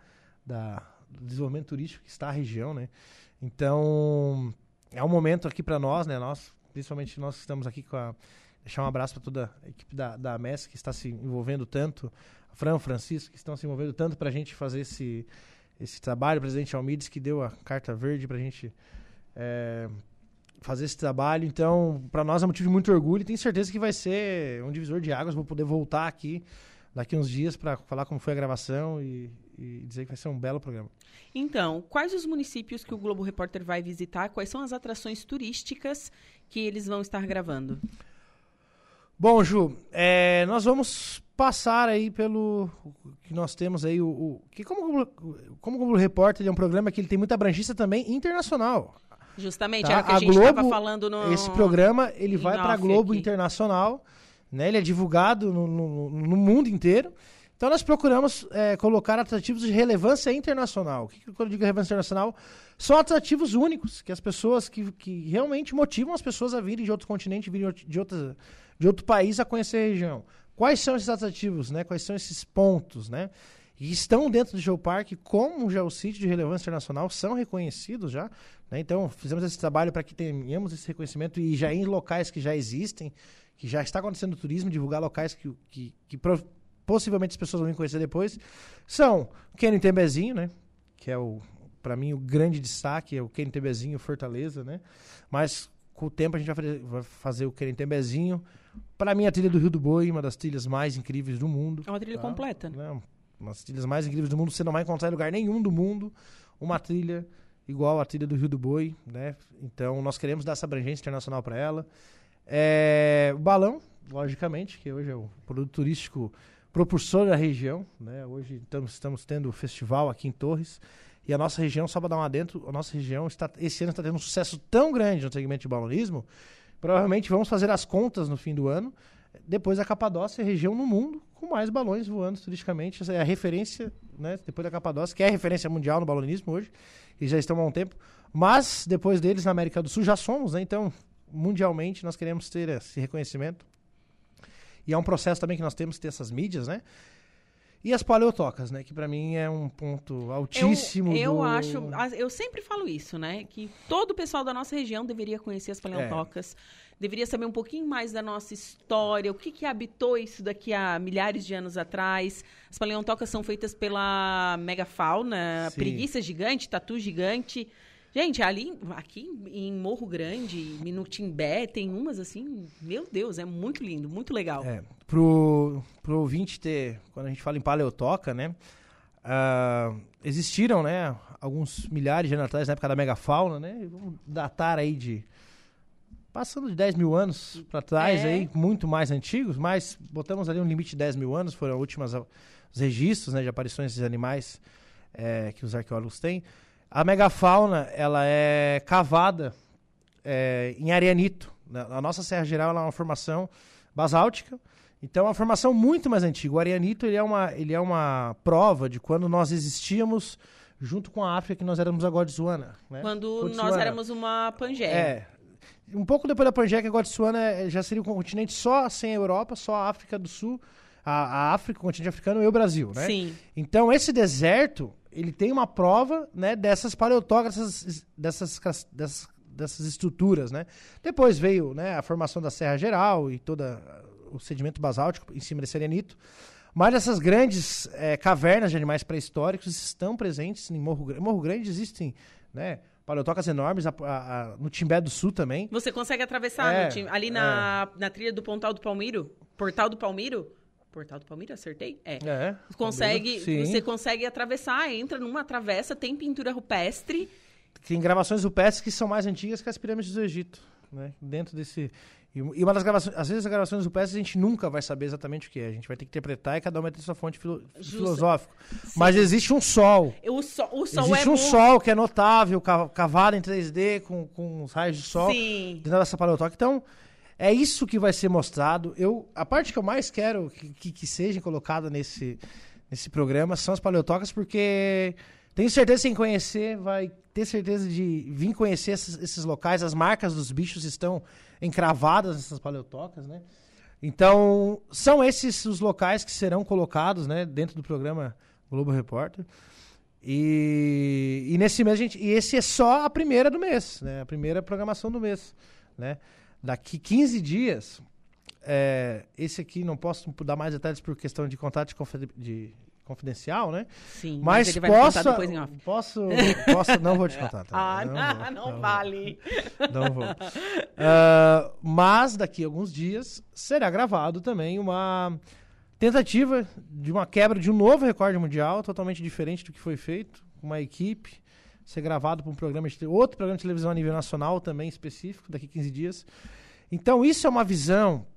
[SPEAKER 7] do desenvolvimento turístico que está a região, né? Então, é um momento aqui para nós, né? Principalmente nós que estamos aqui deixar um abraço para toda a equipe da AMESC que está se envolvendo tanto, a Francisco, que estão se envolvendo tanto para a gente fazer esse trabalho, o presidente Almides que deu a carta verde para a gente fazer esse trabalho. Então, para nós é motivo de muito orgulho e tenho certeza que vai ser um divisor de águas. Vou poder voltar aqui daqui uns dias para falar como foi a gravação e dizer que vai ser um belo programa.
[SPEAKER 2] Então, quais os municípios que o Globo Repórter vai visitar? Quais são as atrações turísticas que eles vão estar gravando?
[SPEAKER 7] Bom, Ju, nós vamos passar aí pelo que nós temos aí, que como Globo Repórter, ele é um programa que ele tem muita abrangência também internacional.
[SPEAKER 2] Justamente,
[SPEAKER 7] tá?
[SPEAKER 2] é o que a gente estava falando no...
[SPEAKER 7] Esse programa, ele vai para a Globo aqui. Internacional, né? Ele é divulgado no mundo inteiro. Então, nós procuramos colocar atrativos de relevância internacional. O que quando eu digo relevância internacional? São atrativos únicos, que as pessoas, que realmente motivam as pessoas a virem de outro continente, virem de outro país a conhecer a região. Quais são esses atrativos, né? Quais são esses pontos, né? E estão dentro do Geoparque como geossítio de relevância internacional, são reconhecidos já, né? Então, fizemos esse trabalho para que tenhamos esse reconhecimento e já em locais que já existem, que já está acontecendo turismo, divulgar locais que possivelmente as pessoas vão conhecer depois. São o Cânion Tembezinho, né? Que é, para mim, o grande destaque, é o Cânion Tembezinho, Fortaleza, né? Mas, com o tempo, a gente vai fazer o Cânion Tembezinho. Para mim, a trilha do Rio do Boi, uma das trilhas mais incríveis do mundo.
[SPEAKER 2] É uma trilha completa, né?
[SPEAKER 7] Uma das trilhas mais incríveis do mundo. Você não vai encontrar em lugar nenhum do mundo uma trilha igual à trilha do Rio do Boi, né? Então, nós queremos dar essa abrangência internacional para ela. O Balão, logicamente, que hoje é o produto turístico propulsor da região, né? Hoje estamos tendo o festival aqui em Torres. E a nossa região, só para dar um adentro, a nossa região esse ano está tendo um sucesso tão grande no segmento de balonismo. Provavelmente vamos fazer as contas no fim do ano. Depois da Capadócia, a região no mundo com mais balões voando turisticamente. Essa é a referência, né? Depois da Capadócia, que é a referência mundial no balonismo hoje. E já estão há um tempo. Mas, depois deles, na América do Sul, já somos, né? Então, mundialmente, nós queremos ter esse reconhecimento. E é um processo também que nós temos que ter essas mídias, né? E as paleotocas, né? Que para mim é um ponto altíssimo.
[SPEAKER 2] Eu sempre falo isso, né? Que todo o pessoal da nossa região deveria conhecer as paleotocas, deveria saber um pouquinho mais da nossa história, o que habitou isso daqui a milhares de anos atrás. As paleotocas são feitas pela megafauna, preguiça gigante, tatu gigante. Gente, aqui em Morro Grande, no Timbé, tem umas assim, meu Deus, é muito lindo, muito legal.
[SPEAKER 7] Pro ouvinte ter, quando a gente fala em paleotoca, né, existiram, né, alguns milhares de anos atrás, na época da megafauna, né, vamos datar aí passando de 10 mil anos para trás, aí, muito mais antigos, mas botamos ali um limite de 10 mil anos, foram os últimos registros, né, de aparições desses animais que os arqueólogos têm. A megafauna, ela é cavada em arenito. A nossa Serra Geral ela é uma formação basáltica, então é uma formação muito mais antiga. O arenito ele é uma prova de quando nós existíamos junto com a África, que nós éramos a Gondwana. Né?
[SPEAKER 2] Quando nós éramos uma Pangeia.
[SPEAKER 7] Um pouco depois da Pangeia, que a Gondwana já seria um continente só sem a Europa, só a África do Sul, a África, o continente africano e o Brasil. Né?
[SPEAKER 2] Sim.
[SPEAKER 7] Então, esse deserto... ele tem uma prova, né, dessas paleotocas, dessas estruturas, né? Depois veio, né, a formação da Serra Geral e todo o sedimento basáltico em cima desse arenito. Mas essas grandes cavernas de animais pré-históricos estão presentes em Morro Grande. Em Morro Grande existem, né, paleotocas enormes, no Timbé do Sul também.
[SPEAKER 2] Você consegue atravessar ali na trilha do Portal do Palmiro? Portal do Palmiro? Portal do Palmiro, acertei? Você consegue atravessar, entra numa travessa, tem pintura rupestre.
[SPEAKER 7] Tem gravações rupestres que são mais antigas que as pirâmides do Egito, né? Dentro desse... E uma das gravações... Às vezes as gravações rupestres a gente nunca vai saber exatamente o que é. A gente vai ter que interpretar e cada uma tem sua fonte filosófica. Sim. Mas existe um sol.
[SPEAKER 2] O sol
[SPEAKER 7] existe um sol que é notável, cavado em 3D, com os raios de sol.
[SPEAKER 2] Sim.
[SPEAKER 7] Dentro dessa paleotoca. Então... é isso que vai ser mostrado. A parte que eu mais quero que seja colocada nesse programa são as paleotocas, porque tenho certeza que quem conhecer vai ter certeza de vir conhecer esses locais. As marcas dos bichos estão encravadas nessas paleotocas, né? Então, são esses os locais que serão colocados, né, dentro do programa Globo Repórter. E nesse mês, esse é só a primeira do mês, né? A primeira programação do mês, né? Daqui 15 dias, esse aqui não posso dar mais detalhes por questão de contrato de confidencial, né?
[SPEAKER 2] Sim,
[SPEAKER 7] mas
[SPEAKER 2] ele vai me contar depois em off.
[SPEAKER 7] Posso, não vou te contar. Tá?
[SPEAKER 2] Não vale.
[SPEAKER 7] Não vou. Mas daqui a alguns dias será gravado também uma tentativa de uma quebra de um novo recorde mundial, totalmente diferente do que foi feito, uma equipe, ser gravado para outro programa de televisão a nível nacional também específico, daqui a 15 dias. Então, isso é uma visão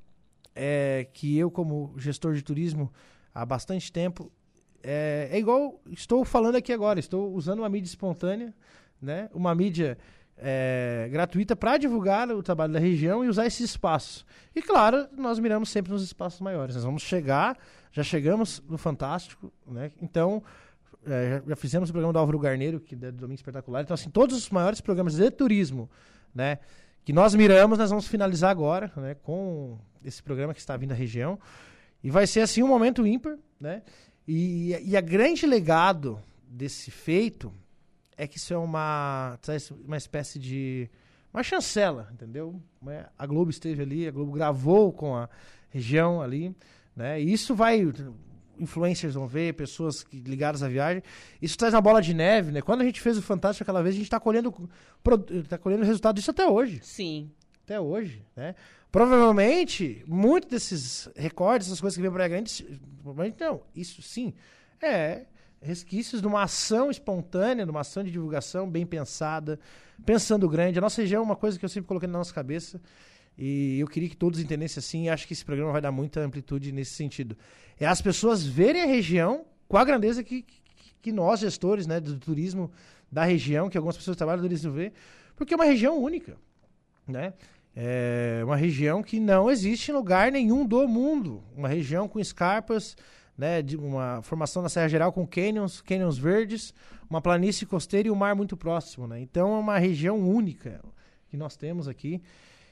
[SPEAKER 7] que eu, como gestor de turismo há bastante tempo, é igual estou falando aqui agora, estou usando uma mídia espontânea, né? Uma mídia gratuita para divulgar o trabalho da região e usar esses espaços. E claro, nós miramos sempre nos espaços maiores. Nós vamos já chegamos no Fantástico, né? Então, já fizemos o programa do Álvaro Garneiro, que é do Domingo Espetacular. Então, assim, todos os maiores programas de turismo, né, que nós miramos, nós vamos finalizar agora, né, com esse programa que está vindo da região. E vai ser, assim, um momento ímpar, né? E a grande legado desse feito é que isso é uma espécie de... uma chancela, entendeu? A Globo esteve ali, a Globo gravou com a região ali, né? E isso vai... influencers vão ver, pessoas ligadas à viagem. Isso traz uma bola de neve, né? Quando a gente fez o Fantástico aquela vez, a gente está colhendo o resultado disso até hoje.
[SPEAKER 2] Sim.
[SPEAKER 7] Até hoje, né? Provavelmente, muito desses recordes, essas coisas que vem para a gente, não, isso sim, resquícios de uma ação espontânea, de uma ação de divulgação bem pensada, pensando grande. A nossa região é uma coisa que eu sempre coloquei na nossa cabeça e eu queria que todos entendessem assim, e acho que esse programa vai dar muita amplitude nesse sentido. É as pessoas verem a região com a grandeza que nós, gestores, né, do turismo da região, que algumas pessoas trabalham do turismo vê, porque é uma região única, né? É uma região que não existe em lugar nenhum do mundo. Uma região com escarpas, né, de uma formação na Serra Geral com cânions verdes, uma planície costeira e um mar muito próximo, né? Então é uma região única que nós temos aqui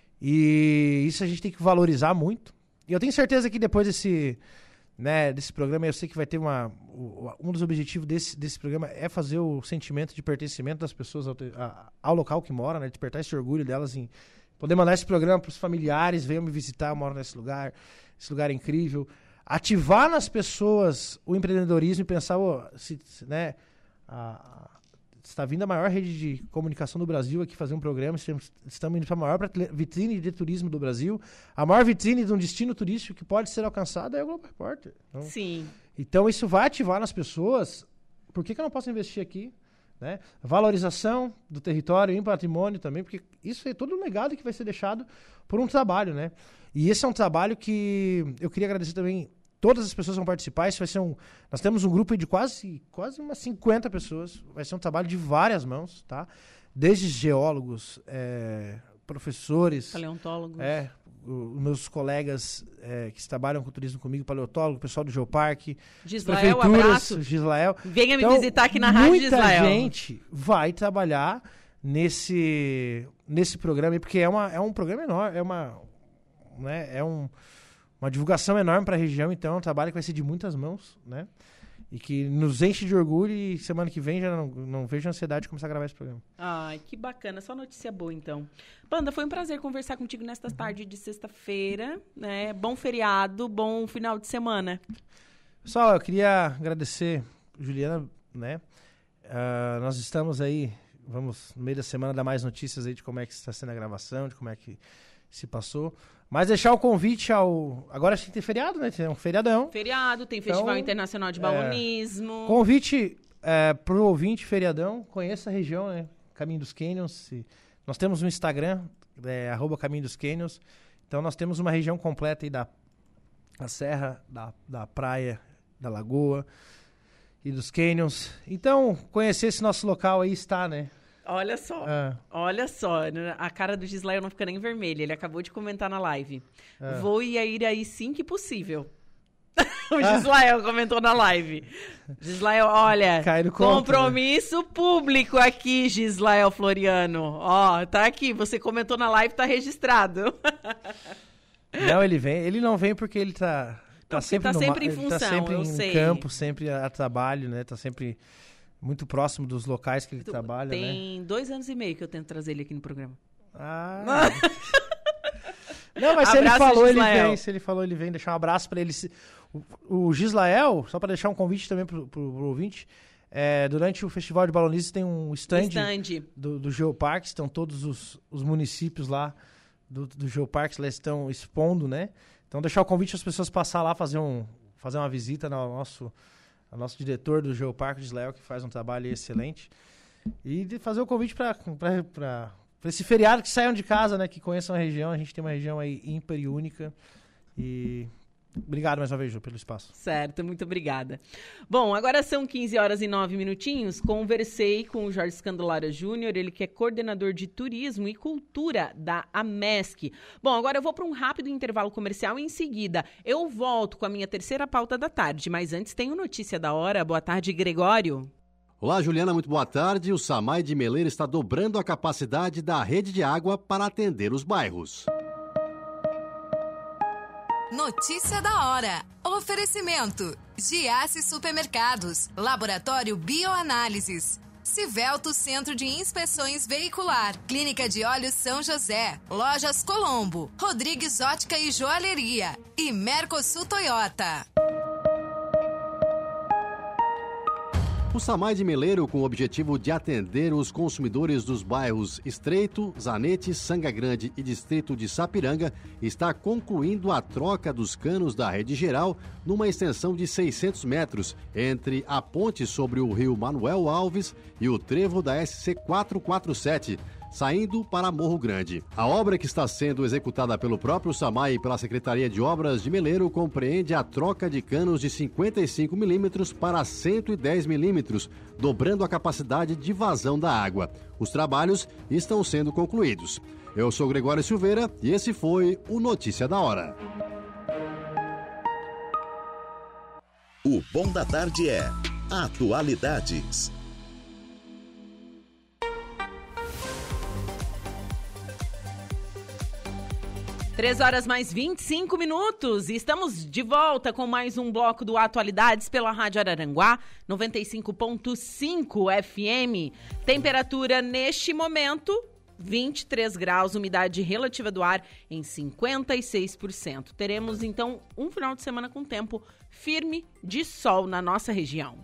[SPEAKER 7] e isso a gente tem que valorizar muito. E eu tenho certeza que depois desse programa, eu sei que vai ter um dos objetivos desse programa é fazer o sentimento de pertencimento das pessoas ao local que moram, né? Despertar esse orgulho delas em poder mandar esse programa para os familiares, venham me visitar, eu moro nesse lugar é incrível. Ativar nas pessoas o empreendedorismo e pensar, né, está vindo a maior rede de comunicação do Brasil aqui fazer um programa, estamos indo para a maior vitrine de turismo do Brasil, a maior vitrine de um destino turístico que pode ser alcançado é o Globo Repórter. Então,
[SPEAKER 2] sim.
[SPEAKER 7] Então isso vai ativar nas pessoas, por que eu não posso investir aqui? Né? Valorização do território em patrimônio também, porque isso é todo um legado que vai ser deixado por um trabalho, né? E esse é um trabalho que eu queria agradecer também todas as pessoas que vão participar. Isso vai ser nós temos um grupo de quase umas 50 pessoas. Vai ser um trabalho de várias mãos, tá? Desde geólogos, professores,
[SPEAKER 2] paleontólogos,
[SPEAKER 7] os meus colegas que trabalham com turismo comigo, paleontólogo, pessoal do Geoparque,
[SPEAKER 2] Gislael, abraço.
[SPEAKER 7] Gislael.
[SPEAKER 2] Venha me visitar aqui na Rádio Gislael.
[SPEAKER 7] Muita gente vai trabalhar nesse programa, porque é um programa enorme, uma divulgação enorme para a região, então é um trabalho que vai ser de muitas mãos, né? E que nos enche de orgulho e semana que vem já não vejo ansiedade de começar a gravar esse programa.
[SPEAKER 2] Ai, que bacana. Só notícia boa, então. Panda, foi um prazer conversar contigo nesta tarde de sexta-feira, né? Bom feriado, bom final de semana.
[SPEAKER 7] Pessoal, eu queria agradecer, Juliana, né? Nós estamos aí, vamos no meio da semana dar mais notícias aí de como é que está sendo a gravação, de como é que se passou. Mas deixar o convite agora acho que tem feriado, né? Tem um feriadão.
[SPEAKER 2] Feriado, tem Festival Internacional de Balonismo.
[SPEAKER 7] Convite pro ouvinte, feriadão. Conheça a região, né? Caminho dos Cânions. Nós temos um Instagram, @Caminho dos Cânions. Então nós temos uma região completa aí da serra, da praia, da lagoa e dos cânions. Então, conhecer esse nosso local aí está, né?
[SPEAKER 2] Olha só, a cara do Gislael não fica nem vermelha, ele acabou de comentar na live. Vou ir aí sim que possível. O Gislael comentou na live. Gislael, olha, compromisso público aqui, Gislael Floriano. Ó, tá aqui, você comentou na live, tá registrado.
[SPEAKER 7] Não, ele não vem porque ele tá sempre
[SPEAKER 2] em função,
[SPEAKER 7] tá sempre
[SPEAKER 2] eu
[SPEAKER 7] em
[SPEAKER 2] sei.
[SPEAKER 7] campo, sempre a trabalho, né? Tá sempre muito próximo dos locais que ele trabalha,
[SPEAKER 2] Tem 2 anos e meio que eu tento trazer ele aqui no programa.
[SPEAKER 7] Não, mas se ele falou, ele vem. Deixar um abraço para ele. O Gislael, só para deixar um convite também pro ouvinte, durante o Festival de Balonistas tem um stand do Geoparque, estão todos os municípios lá do Geoparque, lá estão expondo, né? Então deixar o convite para as pessoas passar lá, fazer uma visita ao nosso diretor do Geoparque, Gislael, que faz um trabalho excelente. E de fazer o convite para esse feriado, que saiam de casa, né? Que conheçam a região. A gente tem uma região aí ímpar e única. E obrigado mais uma vez, Ju, pelo espaço.
[SPEAKER 2] Certo, muito obrigada. Bom, agora são 15 horas e 9 minutinhos. Conversei com o Jorge Scandolara Júnior, ele que é coordenador de turismo e cultura da AMESC. Bom, agora eu vou para um rápido intervalo comercial e em seguida eu volto com a minha terceira pauta da tarde. Mas antes tenho notícia da hora. Boa tarde, Gregório.
[SPEAKER 8] Olá, Juliana, muito boa tarde. O SAMAI de Meleiro está dobrando a capacidade da rede de água para atender os bairros.
[SPEAKER 9] Notícia da hora. Oferecimento. Giasse Supermercados. Laboratório Bioanálises. Civelto Centro de Inspeções Veicular. Clínica de Óleos São José. Lojas Colombo. Rodrigues Ótica e Joalheria. E Mercosul Toyota.
[SPEAKER 8] O SAMAI de Meleiro, com o objetivo de atender os consumidores dos bairros Estreito, Zanete, Sanga Grande e Distrito de Sapiranga, está concluindo a troca dos canos da rede geral numa extensão de 600 metros entre a ponte sobre o rio Manuel Alves e o trevo da SC 447, saindo para Morro Grande. A obra, que está sendo executada pelo próprio SAMAI e pela Secretaria de Obras de Meleiro, compreende a troca de canos de 55 milímetros para 110 milímetros, dobrando a capacidade de vazão da água. Os trabalhos estão sendo concluídos. Eu sou Gregório Silveira e esse foi o Notícia da Hora.
[SPEAKER 1] O Bom da Tarde é Atualidades.
[SPEAKER 2] 3 horas mais 25 minutos e estamos de volta com mais um bloco do Atualidades pela Rádio Araranguá, 95.5 FM. Temperatura neste momento, 23 graus, umidade relativa do ar em 56%. Teremos então um final de semana com tempo firme de sol na nossa região.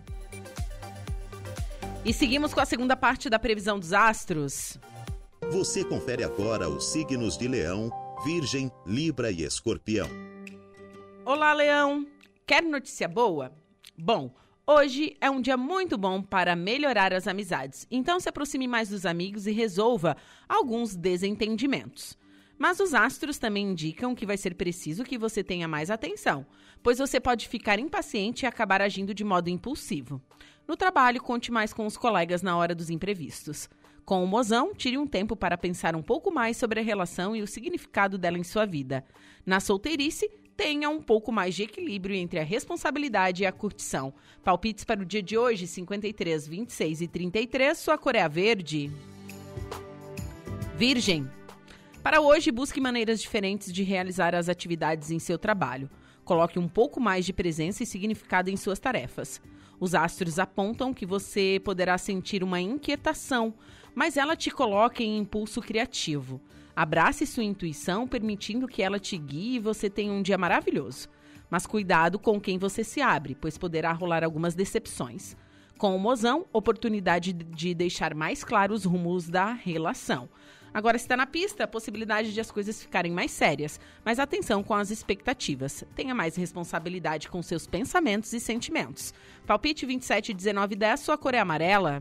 [SPEAKER 2] E seguimos com a segunda parte da previsão dos astros.
[SPEAKER 1] Você confere agora os signos de Leão, Virgem, Libra e Escorpião.
[SPEAKER 2] Olá, Leão! Quer notícia boa? Bom, hoje é um dia muito bom para melhorar as amizades, então se aproxime mais dos amigos e resolva alguns desentendimentos. Mas os astros também indicam que vai ser preciso que você tenha mais atenção, pois você pode ficar impaciente e acabar agindo de modo impulsivo. No trabalho, conte mais com os colegas na hora dos imprevistos. Com o mozão, tire um tempo para pensar um pouco mais sobre a relação e o significado dela em sua vida. Na solteirice, tenha um pouco mais de equilíbrio entre a responsabilidade e a curtição. Palpites para o dia de hoje, 53, 26 e 33, sua cor é a verde. Virgem. Para hoje, busque maneiras diferentes de realizar as atividades em seu trabalho. Coloque um pouco mais de presença e significado em suas tarefas. Os astros apontam que você poderá sentir uma inquietação, mas ela te coloca em impulso criativo. Abrace sua intuição, permitindo que ela te guie e você tenha um dia maravilhoso. Mas cuidado com quem você se abre, pois poderá rolar algumas decepções. Com o mozão, oportunidade de deixar mais claros os rumos da relação. Agora está na pista a possibilidade de as coisas ficarem mais sérias, mas atenção com as expectativas. Tenha mais responsabilidade com seus pensamentos e sentimentos. Palpite 27, 19 e 10, sua cor é amarela.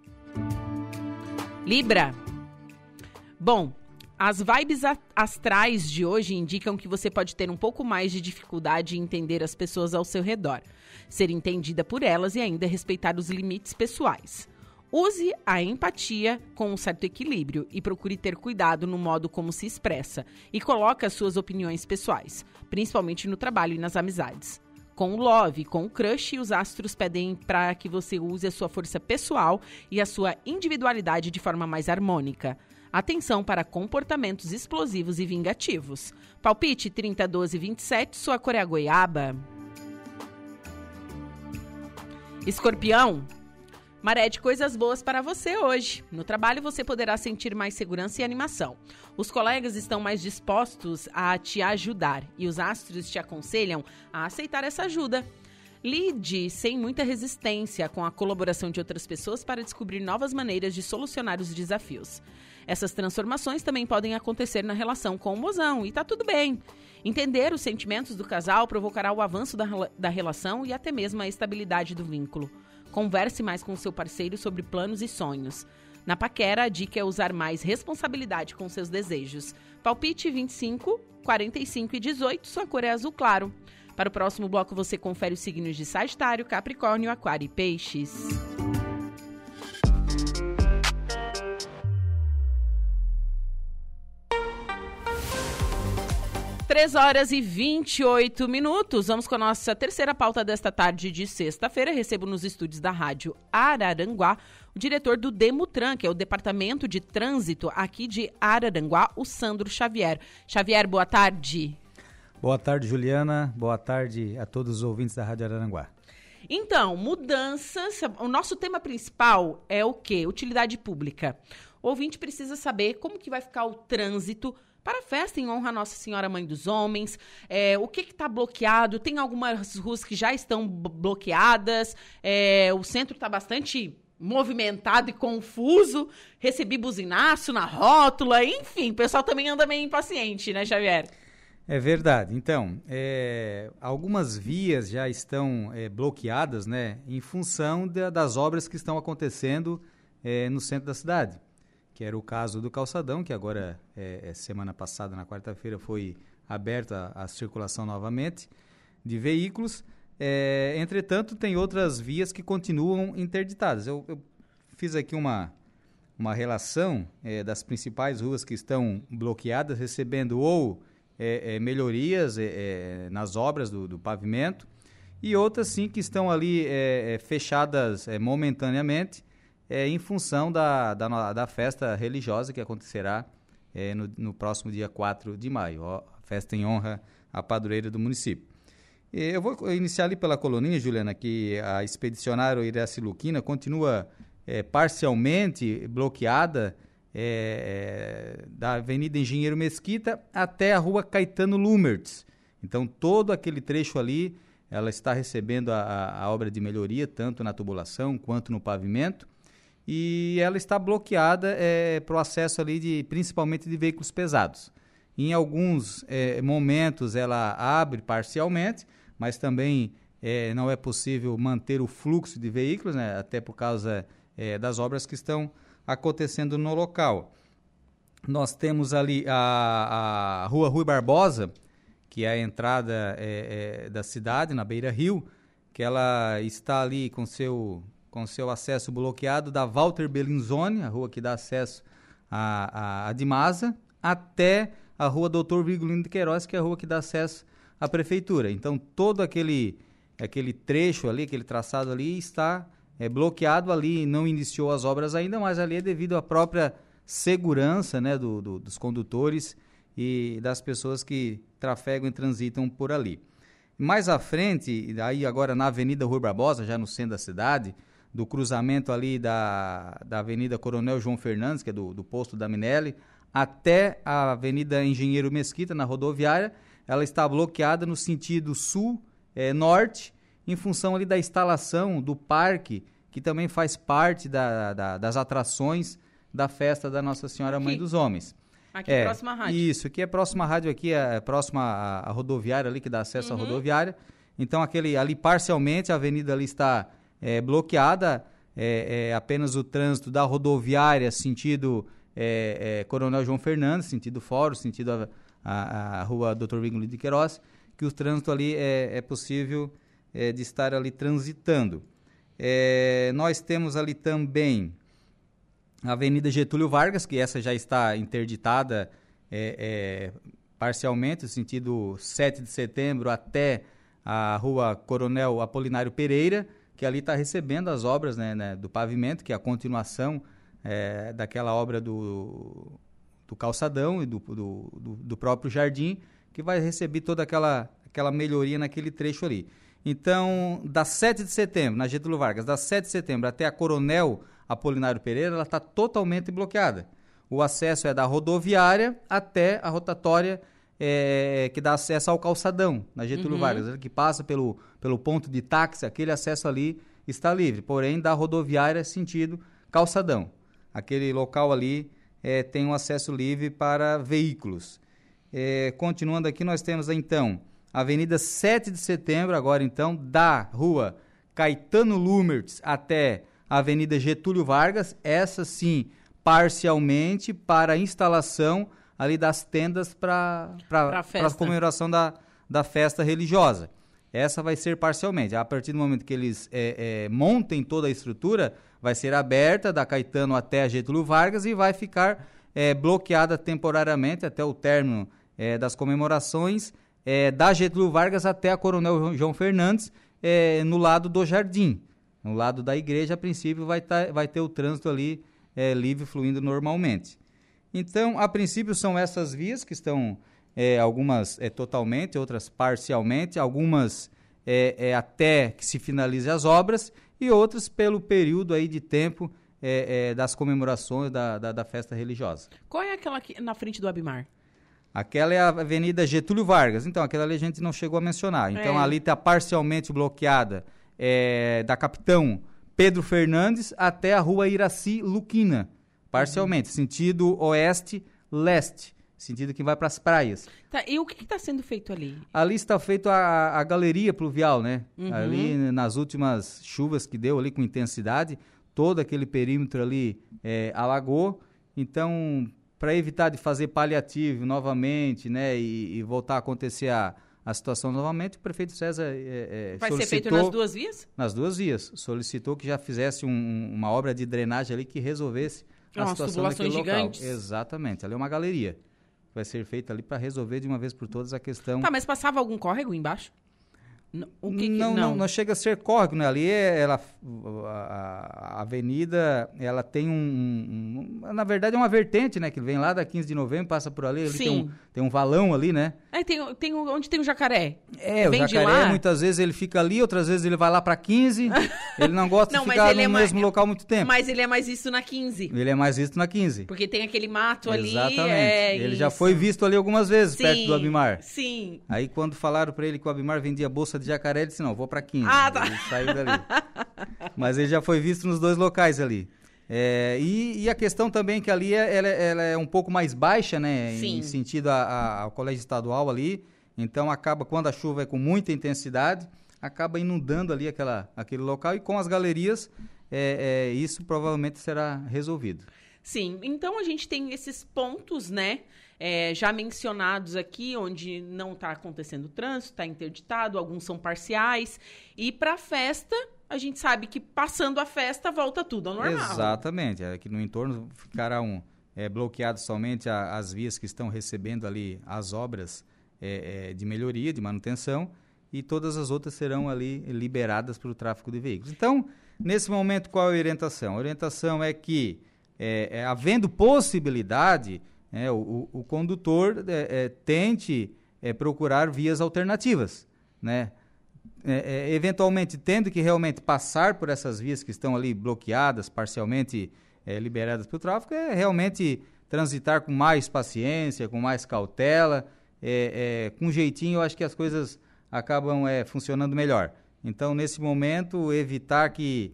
[SPEAKER 2] Libra. Bom, as vibes astrais de hoje indicam que você pode ter um pouco mais de dificuldade em entender as pessoas ao seu redor, ser entendida por elas e ainda respeitar os limites pessoais. Use a empatia com um certo equilíbrio e procure ter cuidado no modo como se expressa e coloque as suas opiniões pessoais, principalmente no trabalho e nas amizades. Com o love, com o crush, os astros pedem para que você use a sua força pessoal e a sua individualidade de forma mais harmônica. Atenção para comportamentos explosivos e vingativos. Palpite 30, 12 e 27, sua cor é a goiaba. Escorpião. Maré de coisas boas para você hoje. No trabalho você poderá sentir mais segurança e animação. Os colegas estão mais dispostos a te ajudar e os astros te aconselham a aceitar essa ajuda. Lide sem muita resistência com a colaboração de outras pessoas para descobrir novas maneiras de solucionar os desafios. Essas transformações também podem acontecer na relação com o mozão e tá tudo bem. Entender os sentimentos do casal provocará o avanço da relação e até mesmo a estabilidade do vínculo. Converse mais com seu parceiro sobre planos e sonhos. Na paquera, a dica é usar mais responsabilidade com seus desejos. Palpite 25, 45 e 18, sua cor é azul claro. Para o próximo bloco, você confere os signos de Sagitário, Capricórnio, Aquário e Peixes. Três horas e 28 minutos. Vamos com a nossa terceira pauta desta tarde de sexta-feira. Recebo nos estúdios da Rádio Araranguá o diretor do Demutran, que é o Departamento de Trânsito aqui de Araranguá, o Sandro Xavier. Xavier, boa tarde.
[SPEAKER 10] Boa tarde, Juliana. Boa tarde a todos os ouvintes da Rádio Araranguá.
[SPEAKER 2] Então, mudanças. O nosso tema principal é o quê? Utilidade pública. O ouvinte precisa saber como que vai ficar o trânsito para a festa em honra a Nossa Senhora Mãe dos Homens. O que está bloqueado? Tem algumas ruas que já estão bloqueadas. O centro está bastante movimentado e confuso. Recebi buzinaço na rótula. Enfim, o pessoal também anda meio impaciente, né, Xavier?
[SPEAKER 10] É verdade. Então, algumas vias já estão bloqueadas, né, em função das obras que estão acontecendo no centro da cidade, que era o caso do calçadão, que agora, semana passada, na quarta-feira, foi aberta a circulação novamente de veículos. Entretanto, tem outras vias que continuam interditadas. Eu fiz aqui uma relação das principais ruas que estão bloqueadas, recebendo ou melhorias nas obras do pavimento, e outras sim que estão ali fechadas momentaneamente em função da festa religiosa que acontecerá no próximo dia 4 de maio, a festa em honra à padroeira do município. Eu vou iniciar ali pela Coloninha, Juliana, que a expedicionária Iraci Luquina continua parcialmente bloqueada da Avenida Engenheiro Mesquita até a Rua Caetano Lumertz. Então, todo aquele trecho ali, ela está recebendo a obra de melhoria, tanto na tubulação quanto no pavimento, e ela está bloqueada para o acesso ali principalmente de veículos pesados. Em alguns momentos ela abre parcialmente, mas também não é possível manter o fluxo de veículos, né, até por causa das obras que estão acontecendo no local. Nós temos ali a Rua Rui Barbosa, que é a entrada da cidade, na Beira Rio, que ela está ali com seu acesso bloqueado da Walter Bellinzoni, a rua que dá acesso a Dimasa, até a Rua Doutor Virgulino de Queiroz, que é a rua que dá acesso à prefeitura. Então, todo aquele trecho ali, aquele traçado ali está bloqueado ali, não iniciou as obras ainda, mas ali é devido à própria segurança, né, dos condutores e das pessoas que trafegam e transitam por ali. Mais à frente, aí agora na Avenida Rui Barbosa, já no centro da cidade, do cruzamento ali da Avenida Coronel João Fernandes, que é do posto da Minelli, até a Avenida Engenheiro Mesquita, na rodoviária, ela está bloqueada no sentido sul-norte, em função ali da instalação do parque, que também faz parte das atrações da festa da Nossa Senhora Mãe dos Homens.
[SPEAKER 2] Aqui é próxima à rádio.
[SPEAKER 10] Isso, aqui é próxima à rádio, aqui é próxima à rodoviária ali, que dá acesso à rodoviária. Então, ali parcialmente, a avenida ali está bloqueada, apenas o trânsito da rodoviária, sentido Coronel João Fernandes, sentido Fórum, sentido a Rua Doutor Virgulino de Queiroz, que o trânsito ali é possível de estar ali transitando. Nós temos ali também a Avenida Getúlio Vargas, que essa já está interditada parcialmente, no sentido 7 de setembro até a Rua Coronel Apolinário Pereira, que ali está recebendo as obras, né, do pavimento, que é a continuação daquela obra do calçadão e do próprio jardim, que vai receber toda aquela melhoria naquele trecho ali. Então, da 7 de setembro, na Getúlio Vargas, da 7 de setembro até a Coronel Apolinário Pereira, ela está totalmente bloqueada. O acesso é da rodoviária até a rotatória que dá acesso ao calçadão, na Getúlio Vargas, que passa pelo ponto de táxi, aquele acesso ali está livre, porém da rodoviária sentido calçadão. Aquele local ali tem um acesso livre para veículos. Continuando aqui, nós temos então a Avenida 7 de Setembro, agora então, da Rua Caetano Lumertz até a Avenida Getúlio Vargas, essa sim, parcialmente para a instalação ali das tendas para a comemoração da festa religiosa. Essa vai ser parcialmente. A partir do momento que eles montem toda a estrutura, vai ser aberta da Caetano até a Getúlio Vargas e vai ficar bloqueada temporariamente até o término das comemorações da Getúlio Vargas até a Coronel João Fernandes, no lado do jardim. No lado da igreja, a princípio, vai ter o trânsito ali livre, fluindo normalmente. Então, a princípio, são essas vias que estão, algumas totalmente, outras parcialmente, algumas até que se finalize as obras e outras pelo período aí de tempo das comemorações da festa religiosa.
[SPEAKER 2] Qual é aquela aqui na frente do Abimar?
[SPEAKER 10] Aquela é a Avenida Getúlio Vargas. Então, aquela ali a gente não chegou a mencionar. Então, ali está parcialmente bloqueada da Capitão Pedro Fernandes até a Rua Iraci Luquina. Parcialmente, sentido oeste-leste. Sentido que vai para as praias.
[SPEAKER 2] Tá, e o que está sendo feito ali?
[SPEAKER 10] Ali está feito a galeria pluvial, né? Ali, nas últimas chuvas que deu ali com intensidade, todo aquele perímetro ali alagou. Então, para evitar de fazer paliativo novamente, né, e voltar a acontecer a situação novamente, o prefeito César
[SPEAKER 2] vai ser feito nas duas vias?
[SPEAKER 10] Nas duas vias. Solicitou que já fizesse uma obra de drenagem ali que resolvesse a situação daquele local. Gigantes. Exatamente. Ali é uma galeria que vai ser feita ali para resolver de uma vez por todas a questão.
[SPEAKER 2] Tá, mas passava algum córrego embaixo?
[SPEAKER 10] Não chega a ser córrego, né? Ali a avenida, ela tem na verdade é uma vertente, né? Que vem lá da 15 de novembro, passa por ali, tem um valão ali, né?
[SPEAKER 2] Tem onde tem o jacaré.
[SPEAKER 10] O jacaré muitas vezes ele fica ali, outras vezes ele vai lá para 15, ele não gosta de ficar no mesmo local muito tempo.
[SPEAKER 2] Mas ele é mais visto na 15.
[SPEAKER 10] Ele é mais visto na 15.
[SPEAKER 2] Porque tem aquele mato ali.
[SPEAKER 10] Exatamente. Ele já foi visto ali algumas vezes, perto do Abimar.
[SPEAKER 2] Sim.
[SPEAKER 10] Aí quando falaram para ele que o Abimar vendia bolsa de jacaré, ele disse, não, vou para 15.
[SPEAKER 2] Tá.
[SPEAKER 10] Ele saiu dali. Mas ele já foi visto nos dois locais ali. E a questão também que ali ela é um pouco mais baixa, né?
[SPEAKER 2] Sim.
[SPEAKER 10] Em sentido ao colégio estadual ali. Então acaba, quando a chuva é com muita intensidade, acaba inundando ali aquele local. E com as galerias, isso provavelmente será resolvido.
[SPEAKER 2] Sim, então a gente tem esses pontos, né? Já mencionados aqui, onde não está acontecendo trânsito, está interditado, alguns são parciais. E para a festa, a gente sabe que passando a festa, volta tudo ao normal.
[SPEAKER 10] Exatamente. Aqui no entorno ficarão bloqueados somente as vias que estão recebendo ali as obras de melhoria, de manutenção, e todas as outras serão ali liberadas para o tráfego de veículos. Então, nesse momento, qual é a orientação? A orientação é que, havendo possibilidade, o condutor tente procurar vias alternativas, né? Eventualmente, tendo que realmente passar por essas vias que estão ali bloqueadas, parcialmente liberadas para o tráfego, realmente transitar com mais paciência, com mais cautela, com jeitinho, eu acho que as coisas acabam funcionando melhor. Então, nesse momento, evitar que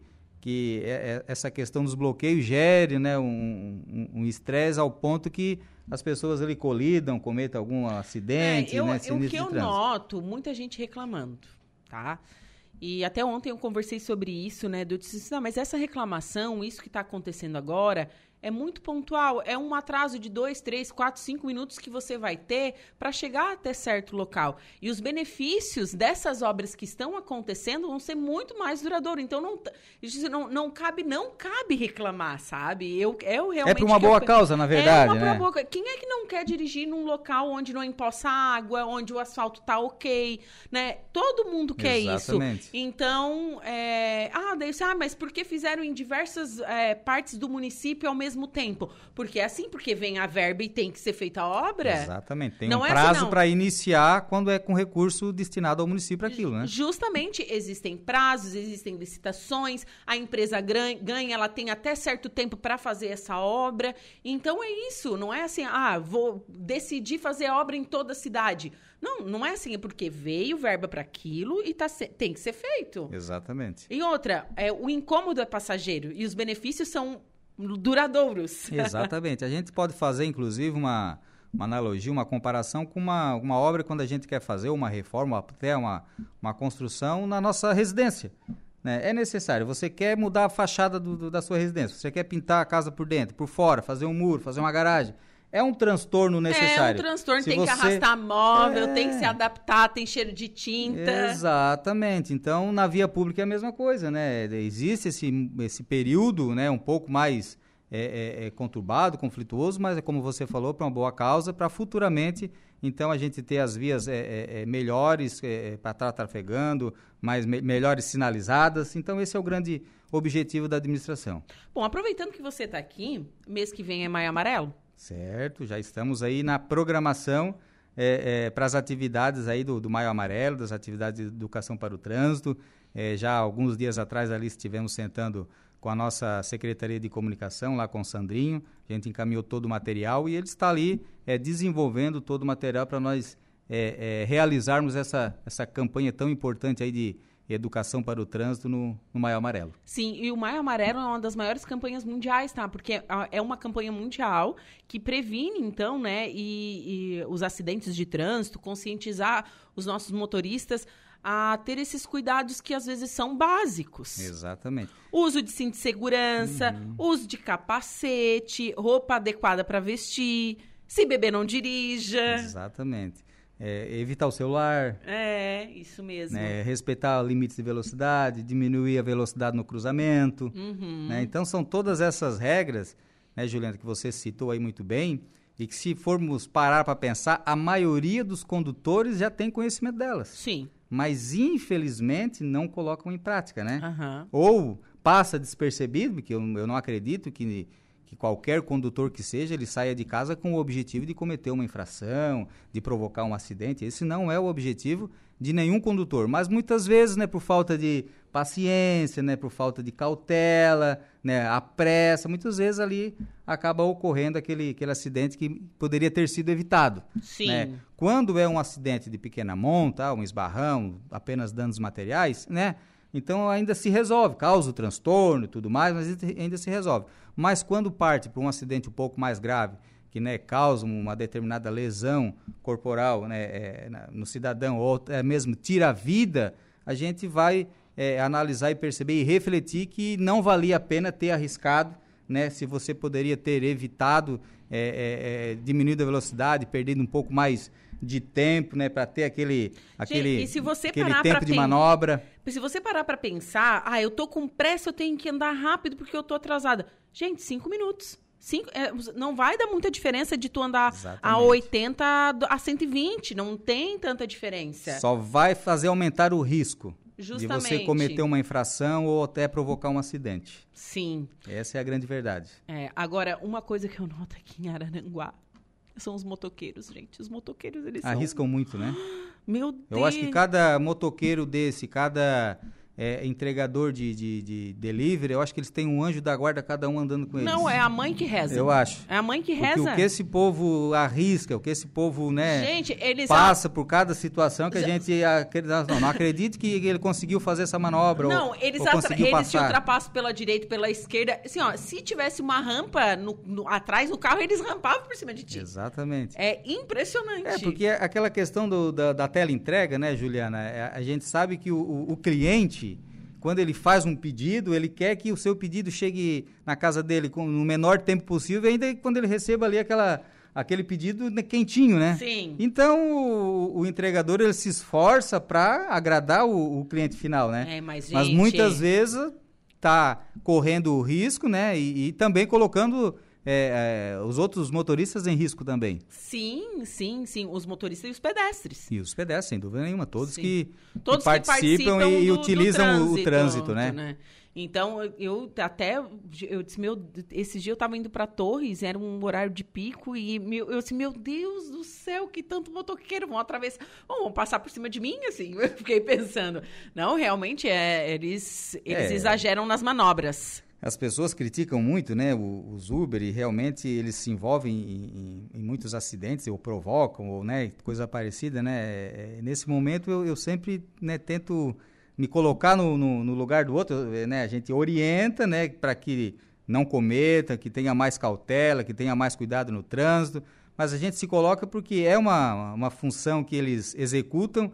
[SPEAKER 10] essa questão dos bloqueios gere, né, um estresse ao ponto que as pessoas ali colidam, cometam algum acidente, né, sinistro de trânsito.
[SPEAKER 2] O que eu noto, muita gente reclamando, tá? E até ontem eu conversei sobre isso, né? Eu disse, não, mas essa reclamação, isso que está acontecendo agora, é muito pontual. É um atraso de 2, 3, 4, 5 minutos que você vai ter para chegar até certo local. E os benefícios dessas obras que estão acontecendo vão ser muito mais duradouros. Então, não cabe reclamar, sabe?
[SPEAKER 10] É por uma boa causa, na verdade, né?
[SPEAKER 2] Quem é que não quer dirigir num local onde não empoça água, onde o asfalto tá ok, né? Todo mundo quer
[SPEAKER 10] Exatamente.
[SPEAKER 2] Isso. Então, mas por que fizeram em diversas partes do município ao mesmo tempo? Porque é assim, porque vem a verba e tem que ser feita a obra.
[SPEAKER 10] Exatamente. Tem um prazo para iniciar quando é com recurso destinado ao município aquilo, né?
[SPEAKER 2] Justamente, existem prazos, existem licitações, a empresa ganha, ela tem até certo tempo para fazer essa obra. Então é isso, não é assim, vou decidir fazer a obra em toda a cidade. Não é assim, é porque veio verba para aquilo e tem que ser feito.
[SPEAKER 10] Exatamente.
[SPEAKER 2] E outra, o incômodo é passageiro e os benefícios são duradouros.
[SPEAKER 10] Exatamente. A gente pode fazer, inclusive, uma analogia, uma comparação com uma obra quando a gente quer fazer uma reforma, até uma construção na nossa residência. Né? É necessário. Você quer mudar a fachada da sua residência, você quer pintar a casa por dentro, por fora, fazer um muro, fazer uma garagem. é um transtorno necessário.
[SPEAKER 2] É um transtorno, tem que arrastar móvel, tem que se adaptar, tem cheiro de tinta.
[SPEAKER 10] Exatamente. Então, na via pública é a mesma coisa, né? Existe esse período, né, um pouco mais conturbado, conflituoso, mas, como você falou, para uma boa causa, para futuramente, então, a gente ter as vias melhores para estar trafegando, melhores sinalizadas. Então, esse é o grande objetivo da administração.
[SPEAKER 2] Bom, aproveitando que você está aqui, mês que vem é Maio Amarelo?
[SPEAKER 10] Certo, já estamos aí na programação para as atividades aí do Maio Amarelo, das atividades de educação para o trânsito. Já alguns dias atrás ali estivemos sentando com a nossa Secretaria de Comunicação, lá com o Sandrinho, a gente encaminhou todo o material e ele está ali desenvolvendo todo o material para nós realizarmos essa campanha tão importante aí de educação para o trânsito no Maio Amarelo.
[SPEAKER 2] Sim, e o Maio Amarelo é uma das maiores campanhas mundiais, tá? Porque é uma campanha mundial que previne, então, né, e os acidentes de trânsito, conscientizar os nossos motoristas a ter esses cuidados que às vezes são básicos.
[SPEAKER 10] Exatamente.
[SPEAKER 2] Uso de cinto de segurança, uso de capacete, roupa adequada para vestir, se beber não dirija.
[SPEAKER 10] Exatamente. Evitar o celular.
[SPEAKER 2] Isso mesmo.
[SPEAKER 10] Respeitar limites de velocidade, diminuir a velocidade no cruzamento. Né? Então, são todas essas regras, né, Juliana, que você citou aí muito bem, e que se formos parar para pensar, a maioria dos condutores já tem conhecimento delas.
[SPEAKER 2] Sim.
[SPEAKER 10] Mas, infelizmente, não colocam em prática, né?
[SPEAKER 2] Uhum.
[SPEAKER 10] Ou passa despercebido, porque eu não acredito que qualquer condutor que seja, ele saia de casa com o objetivo de cometer uma infração, de provocar um acidente. Esse não é o objetivo de nenhum condutor. Mas muitas vezes, né, por falta de paciência, né, por falta de cautela, né, a pressa, muitas vezes ali acaba ocorrendo aquele acidente que poderia ter sido evitado.
[SPEAKER 2] Sim.
[SPEAKER 10] Né? Quando é um acidente de pequena monta, um esbarrão, apenas danos materiais, né? Então ainda se resolve, causa o transtorno e tudo mais, mas ainda se resolve. Mas quando parte para um acidente um pouco mais grave, que, né, causa uma determinada lesão corporal, né, no cidadão, ou mesmo tira a vida, a gente vai analisar e perceber e refletir que não valia a pena ter arriscado, né, se você poderia ter evitado, diminuindo a velocidade, perdendo um pouco mais de tempo, né, para ter aquele tempo de manobra.
[SPEAKER 2] Se você parar para pensar, eu tô com pressa, eu tenho que andar rápido porque eu tô atrasada. Gente, 5 minutos. Não vai dar muita diferença de tu andar a 80 a 120, não tem tanta diferença.
[SPEAKER 10] Só vai fazer aumentar o risco.
[SPEAKER 2] Justamente.
[SPEAKER 10] De você cometer uma infração ou até provocar um acidente.
[SPEAKER 2] Sim.
[SPEAKER 10] Essa é a grande verdade.
[SPEAKER 2] Agora, uma coisa que eu noto aqui em Araranguá são os motoqueiros, gente. Os motoqueiros, eles
[SPEAKER 10] arriscam muito, né?
[SPEAKER 2] Meu Deus!
[SPEAKER 10] Eu acho que cada motoqueiro desse, cada entregador de delivery, eu acho que eles têm um anjo da guarda, cada um andando com eles.
[SPEAKER 2] Não, é a mãe que reza.
[SPEAKER 10] Eu acho.
[SPEAKER 2] É a mãe que reza.
[SPEAKER 10] Porque o que esse povo arrisca, o que esse povo, né,
[SPEAKER 2] gente, eles
[SPEAKER 10] passa por cada situação que a gente não acredite que ele conseguiu fazer essa manobra.
[SPEAKER 2] Não, eles te ultrapassam pela direita, pela esquerda. Assim, se tivesse uma rampa atrás do carro, eles rampavam por cima de ti.
[SPEAKER 10] Exatamente.
[SPEAKER 2] É impressionante.
[SPEAKER 10] Porque aquela questão da tela entrega, né, Juliana, a gente sabe que o cliente, quando ele faz um pedido, ele quer que o seu pedido chegue na casa dele no menor tempo possível, ainda quando ele receba ali aquele pedido quentinho, né?
[SPEAKER 2] Sim.
[SPEAKER 10] Então, o entregador, ele se esforça para agradar o cliente final, né?
[SPEAKER 2] Mas
[SPEAKER 10] muitas vezes está correndo o risco, né? E também colocando os outros motoristas em risco também.
[SPEAKER 2] Sim. Os motoristas e os pedestres.
[SPEAKER 10] E os pedestres, sem dúvida nenhuma. Todos que
[SPEAKER 2] participam
[SPEAKER 10] e utilizam o trânsito, né?
[SPEAKER 2] Então, eu disse, esses dias eu estava indo para Torres, era um horário de pico, e eu disse, meu Deus do céu, que tanto motoqueiro vão atravessar, vão passar por cima de mim, assim, eu fiquei pensando. Não, realmente, eles exageram nas manobras.
[SPEAKER 10] As pessoas criticam muito, né, os Uber, e realmente eles se envolvem em muitos acidentes, ou provocam, ou, né, coisa parecida, né. Nesse momento eu sempre, né, tento me colocar no lugar do outro, né, a gente orienta, né, para que não cometa, que tenha mais cautela, que tenha mais cuidado no trânsito, mas a gente se coloca porque é uma função que eles executam,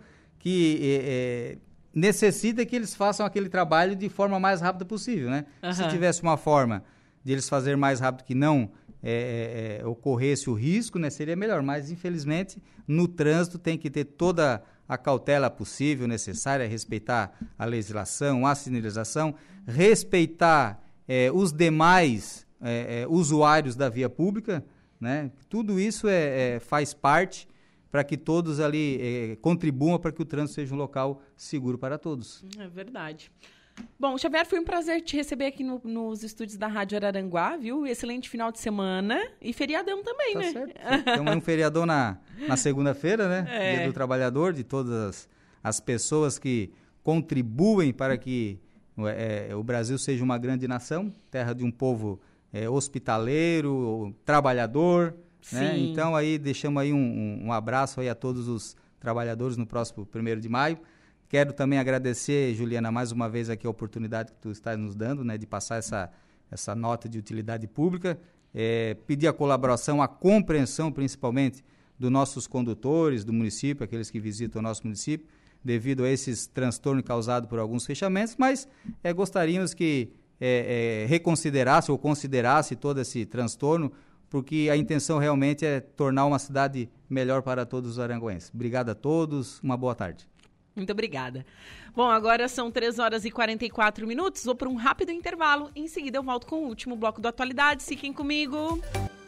[SPEAKER 10] que necessita que eles façam aquele trabalho de forma mais rápida possível, né? Uhum. Se tivesse uma forma de eles fazer mais rápido que não ocorresse o risco, né, seria melhor, mas infelizmente no trânsito tem que ter toda a cautela possível, necessária, respeitar a legislação, a sinalização, respeitar os demais usuários da via pública, né? Tudo isso faz parte para que todos ali contribuam para que o trânsito seja um local seguro para todos. É
[SPEAKER 2] verdade. Bom, Xavier, foi um prazer te receber aqui nos estúdios da Rádio Araranguá, viu? Excelente final de semana e feriadão também, né?
[SPEAKER 10] Certo. Então, um feriadão na segunda-feira, né? Dia do Trabalhador, de todas as pessoas que contribuem para que o Brasil seja uma grande nação, terra de um povo hospitaleiro, trabalhador, né? Então, aí deixamos aí um abraço aí a todos os trabalhadores no próximo 1º de maio. Quero também agradecer, Juliana, mais uma vez aqui a oportunidade que tu estás nos dando, né, de passar essa nota de utilidade pública, pedir a colaboração, a compreensão principalmente dos nossos condutores do município, aqueles que visitam o nosso município, devido a esses transtornos causados por alguns fechamentos, mas gostaríamos que reconsiderasse ou considerasse todo esse transtorno, porque a intenção realmente é tornar uma cidade melhor para todos os aranguenses. Obrigado a todos, uma boa tarde.
[SPEAKER 2] Muito obrigada. Bom, agora são 3h44. Vou para um rápido intervalo. Em seguida eu volto com o último bloco da atualidade. Fiquem comigo.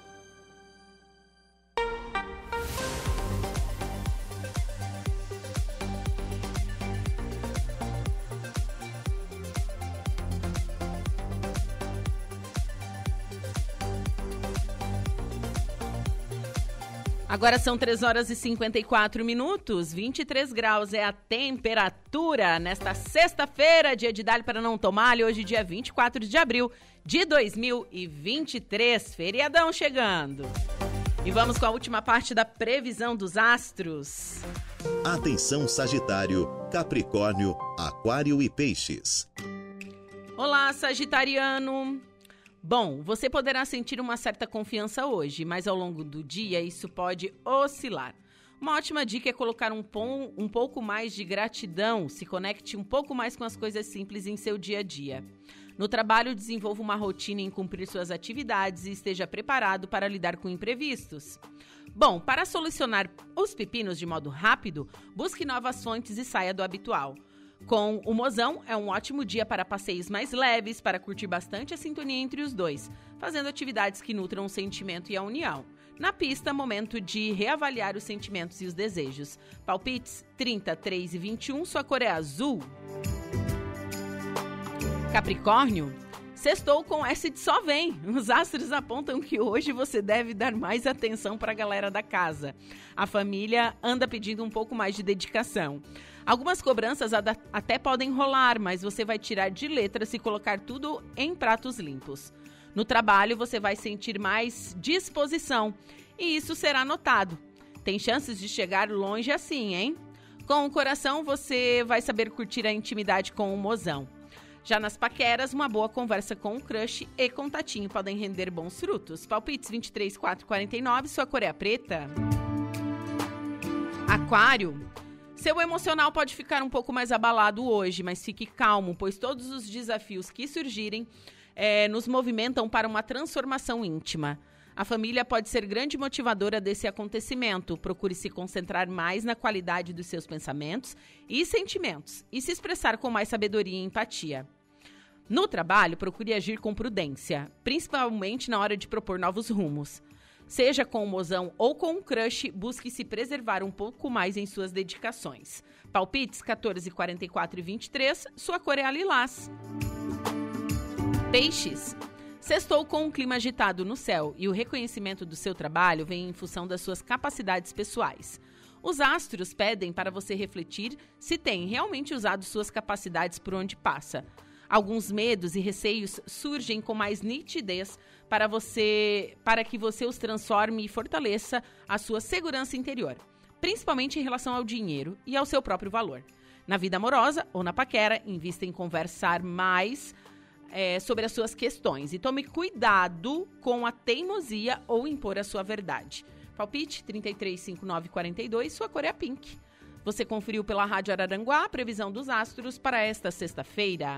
[SPEAKER 2] Agora são 3h54, 23 graus é a temperatura nesta sexta-feira, dia de Dali para não tomar, hoje dia 24 de abril de 2023, feriadão chegando. E vamos com a última parte da previsão dos astros.
[SPEAKER 1] Atenção Sagitário, Capricórnio, Aquário e Peixes.
[SPEAKER 2] Olá, Sagitariano. Bom, você poderá sentir uma certa confiança hoje, mas ao longo do dia isso pode oscilar. Uma ótima dica é colocar um pouco mais de gratidão, se conecte um pouco mais com as coisas simples em seu dia a dia. No trabalho, desenvolva uma rotina em cumprir suas atividades e esteja preparado para lidar com imprevistos. Bom, para solucionar os pepinos de modo rápido, busque novas fontes e saia do habitual. Com o mozão, é um ótimo dia para passeios mais leves, para curtir bastante a sintonia entre os dois, fazendo atividades que nutram o sentimento e a união. Na pista, momento de reavaliar os sentimentos e os desejos. Palpites 30, 3 e 21, sua cor é azul. Capricórnio, sextou com S de só vem. Os astros apontam que hoje você deve dar mais atenção para a galera da casa. A família anda pedindo um pouco mais de dedicação. Algumas cobranças até podem rolar, mas você vai tirar de letra se colocar tudo em pratos limpos. No trabalho, você vai sentir mais disposição e isso será notado. Tem chances de chegar longe assim, hein? Com o coração, você vai saber curtir a intimidade com o mozão. Já nas paqueras, uma boa conversa com o crush e contatinho podem render bons frutos. Palpites 23, 4, 49, sua cor é a preta. Aquário. Seu emocional pode ficar um pouco mais abalado hoje, mas fique calmo, pois todos os desafios que surgirem nos movimentam para uma transformação íntima. A família pode ser grande motivadora desse acontecimento. Procure se concentrar mais na qualidade dos seus pensamentos e sentimentos e se expressar com mais sabedoria e empatia. No trabalho, procure agir com prudência, principalmente na hora de propor novos rumos. Seja com o mozão ou com o crush, busque se preservar um pouco mais em suas dedicações. Palpites 14, 44 e 23, sua cor é a lilás. Peixes. Sextou com um clima agitado no céu e o reconhecimento do seu trabalho vem em função das suas capacidades pessoais. Os astros pedem para você refletir se tem realmente usado suas capacidades por onde passa. Alguns medos e receios surgem com mais nitidez para que você os transforme e fortaleça a sua segurança interior, principalmente em relação ao dinheiro e ao seu próprio valor. Na vida amorosa ou na paquera, invista em conversar mais sobre as suas questões e tome cuidado com a teimosia ou impor a sua verdade. Palpite 33, 59 e 42, sua cor é a pink. Você conferiu pela Rádio Araranguá a previsão dos astros para esta sexta-feira.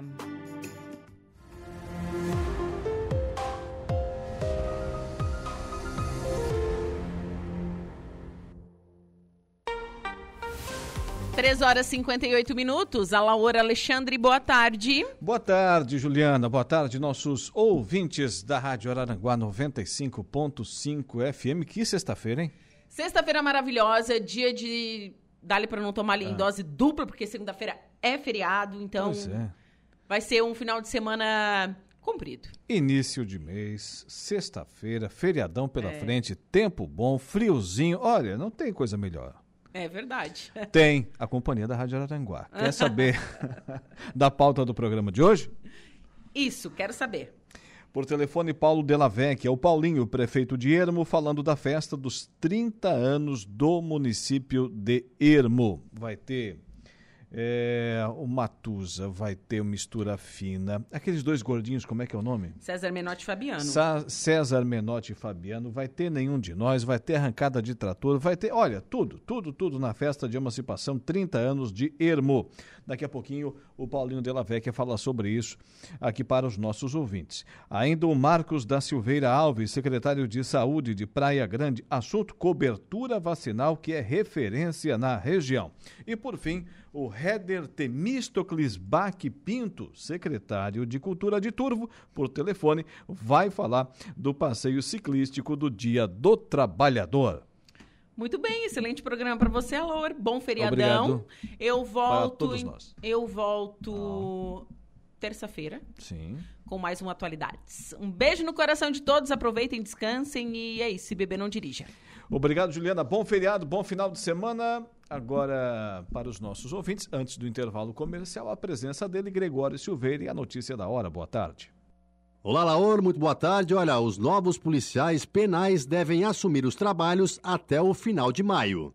[SPEAKER 2] 3h58. Alaor Alexandre, boa tarde.
[SPEAKER 11] Boa tarde, Juliana. Boa tarde, nossos ouvintes da Rádio Araranguá 95.5 FM. Que sexta-feira, hein?
[SPEAKER 2] Sexta-feira maravilhosa, dia de... Dá-lhe para não tomar ali em dose dupla, porque segunda-feira é feriado, então vai ser um final de semana comprido.
[SPEAKER 11] Início de mês, sexta-feira, feriadão pela frente, tempo bom, friozinho. Olha, não tem coisa melhor.
[SPEAKER 2] É verdade.
[SPEAKER 11] Tem a companhia da Rádio Araranguá. Quer saber da pauta do programa de hoje?
[SPEAKER 2] Isso, quero saber.
[SPEAKER 11] Por telefone, Paulo Della Vecchia, o Paulinho, prefeito de Ermo, falando da festa dos 30 anos do município de Ermo. Vai ter o Matusa, vai ter o Mistura Fina. Aqueles dois gordinhos, como é que é o nome?
[SPEAKER 2] César Menotti e Fabiano.
[SPEAKER 11] César Menotti e Fabiano. Vai ter Nenhum de Nós, vai ter arrancada de trator, vai ter, olha, tudo na festa de emancipação, 30 anos de Ermo. Daqui a pouquinho o Paulinho Della Vecchia fala sobre isso aqui para os nossos ouvintes. Ainda o Marcos da Silveira Alves, secretário de Saúde de Praia Grande, assunto cobertura vacinal, que é referência na região. E por fim, o Héder Temístocles Bach Pinto, secretário de Cultura de Turvo, por telefone, vai falar do passeio ciclístico do Dia do Trabalhador.
[SPEAKER 2] Muito bem, excelente programa para você, Alaor. Bom feriadão.
[SPEAKER 11] Obrigado.
[SPEAKER 2] Eu volto terça-feira.
[SPEAKER 11] Sim.
[SPEAKER 2] Com mais um Atualidades. Um beijo no coração de todos, aproveitem, descansem e é isso, se beber não dirija.
[SPEAKER 11] Obrigado, Juliana. Bom feriado, bom final de semana. Agora, para os nossos ouvintes, antes do intervalo comercial, a presença dele, Gregório Silveira, e a notícia da hora. Boa tarde.
[SPEAKER 8] Olá, Laor, muito boa tarde. Olha, os novos policiais penais devem assumir os trabalhos até o final de maio.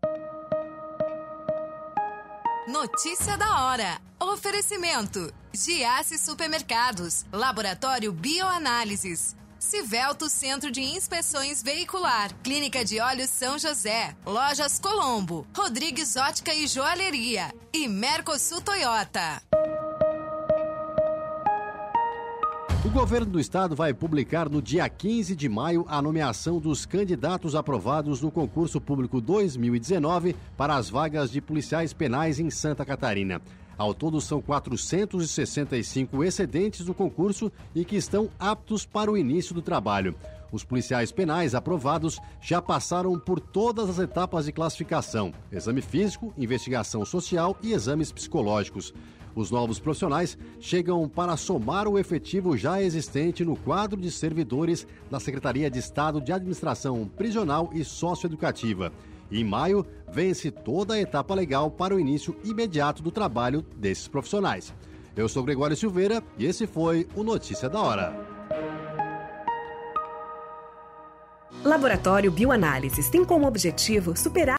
[SPEAKER 9] Notícia da hora. Oferecimento. Giasse Supermercados. Laboratório Bioanálises. Civelto Centro de Inspeções Veicular. Clínica de Óleos São José. Lojas Colombo. Rodrigues Ótica e Joalheria. E Mercosul Toyota.
[SPEAKER 8] O governo do estado vai publicar no dia 15 de maio a nomeação dos candidatos aprovados no concurso público 2019 para as vagas de policiais penais em Santa Catarina. Ao todo, são 465 excedentes do concurso e que estão aptos para o início do trabalho. Os policiais penais aprovados já passaram por todas as etapas de classificação: exame físico, investigação social e exames psicológicos. Os novos profissionais chegam para somar o efetivo já existente no quadro de servidores da Secretaria de Estado de Administração Prisional e Socioeducativa. Em maio, vence toda a etapa legal para o início imediato do trabalho desses profissionais. Eu sou Gregório Silveira e esse foi o Notícia da Hora.
[SPEAKER 12] Laboratório Bioanálises tem como objetivo superar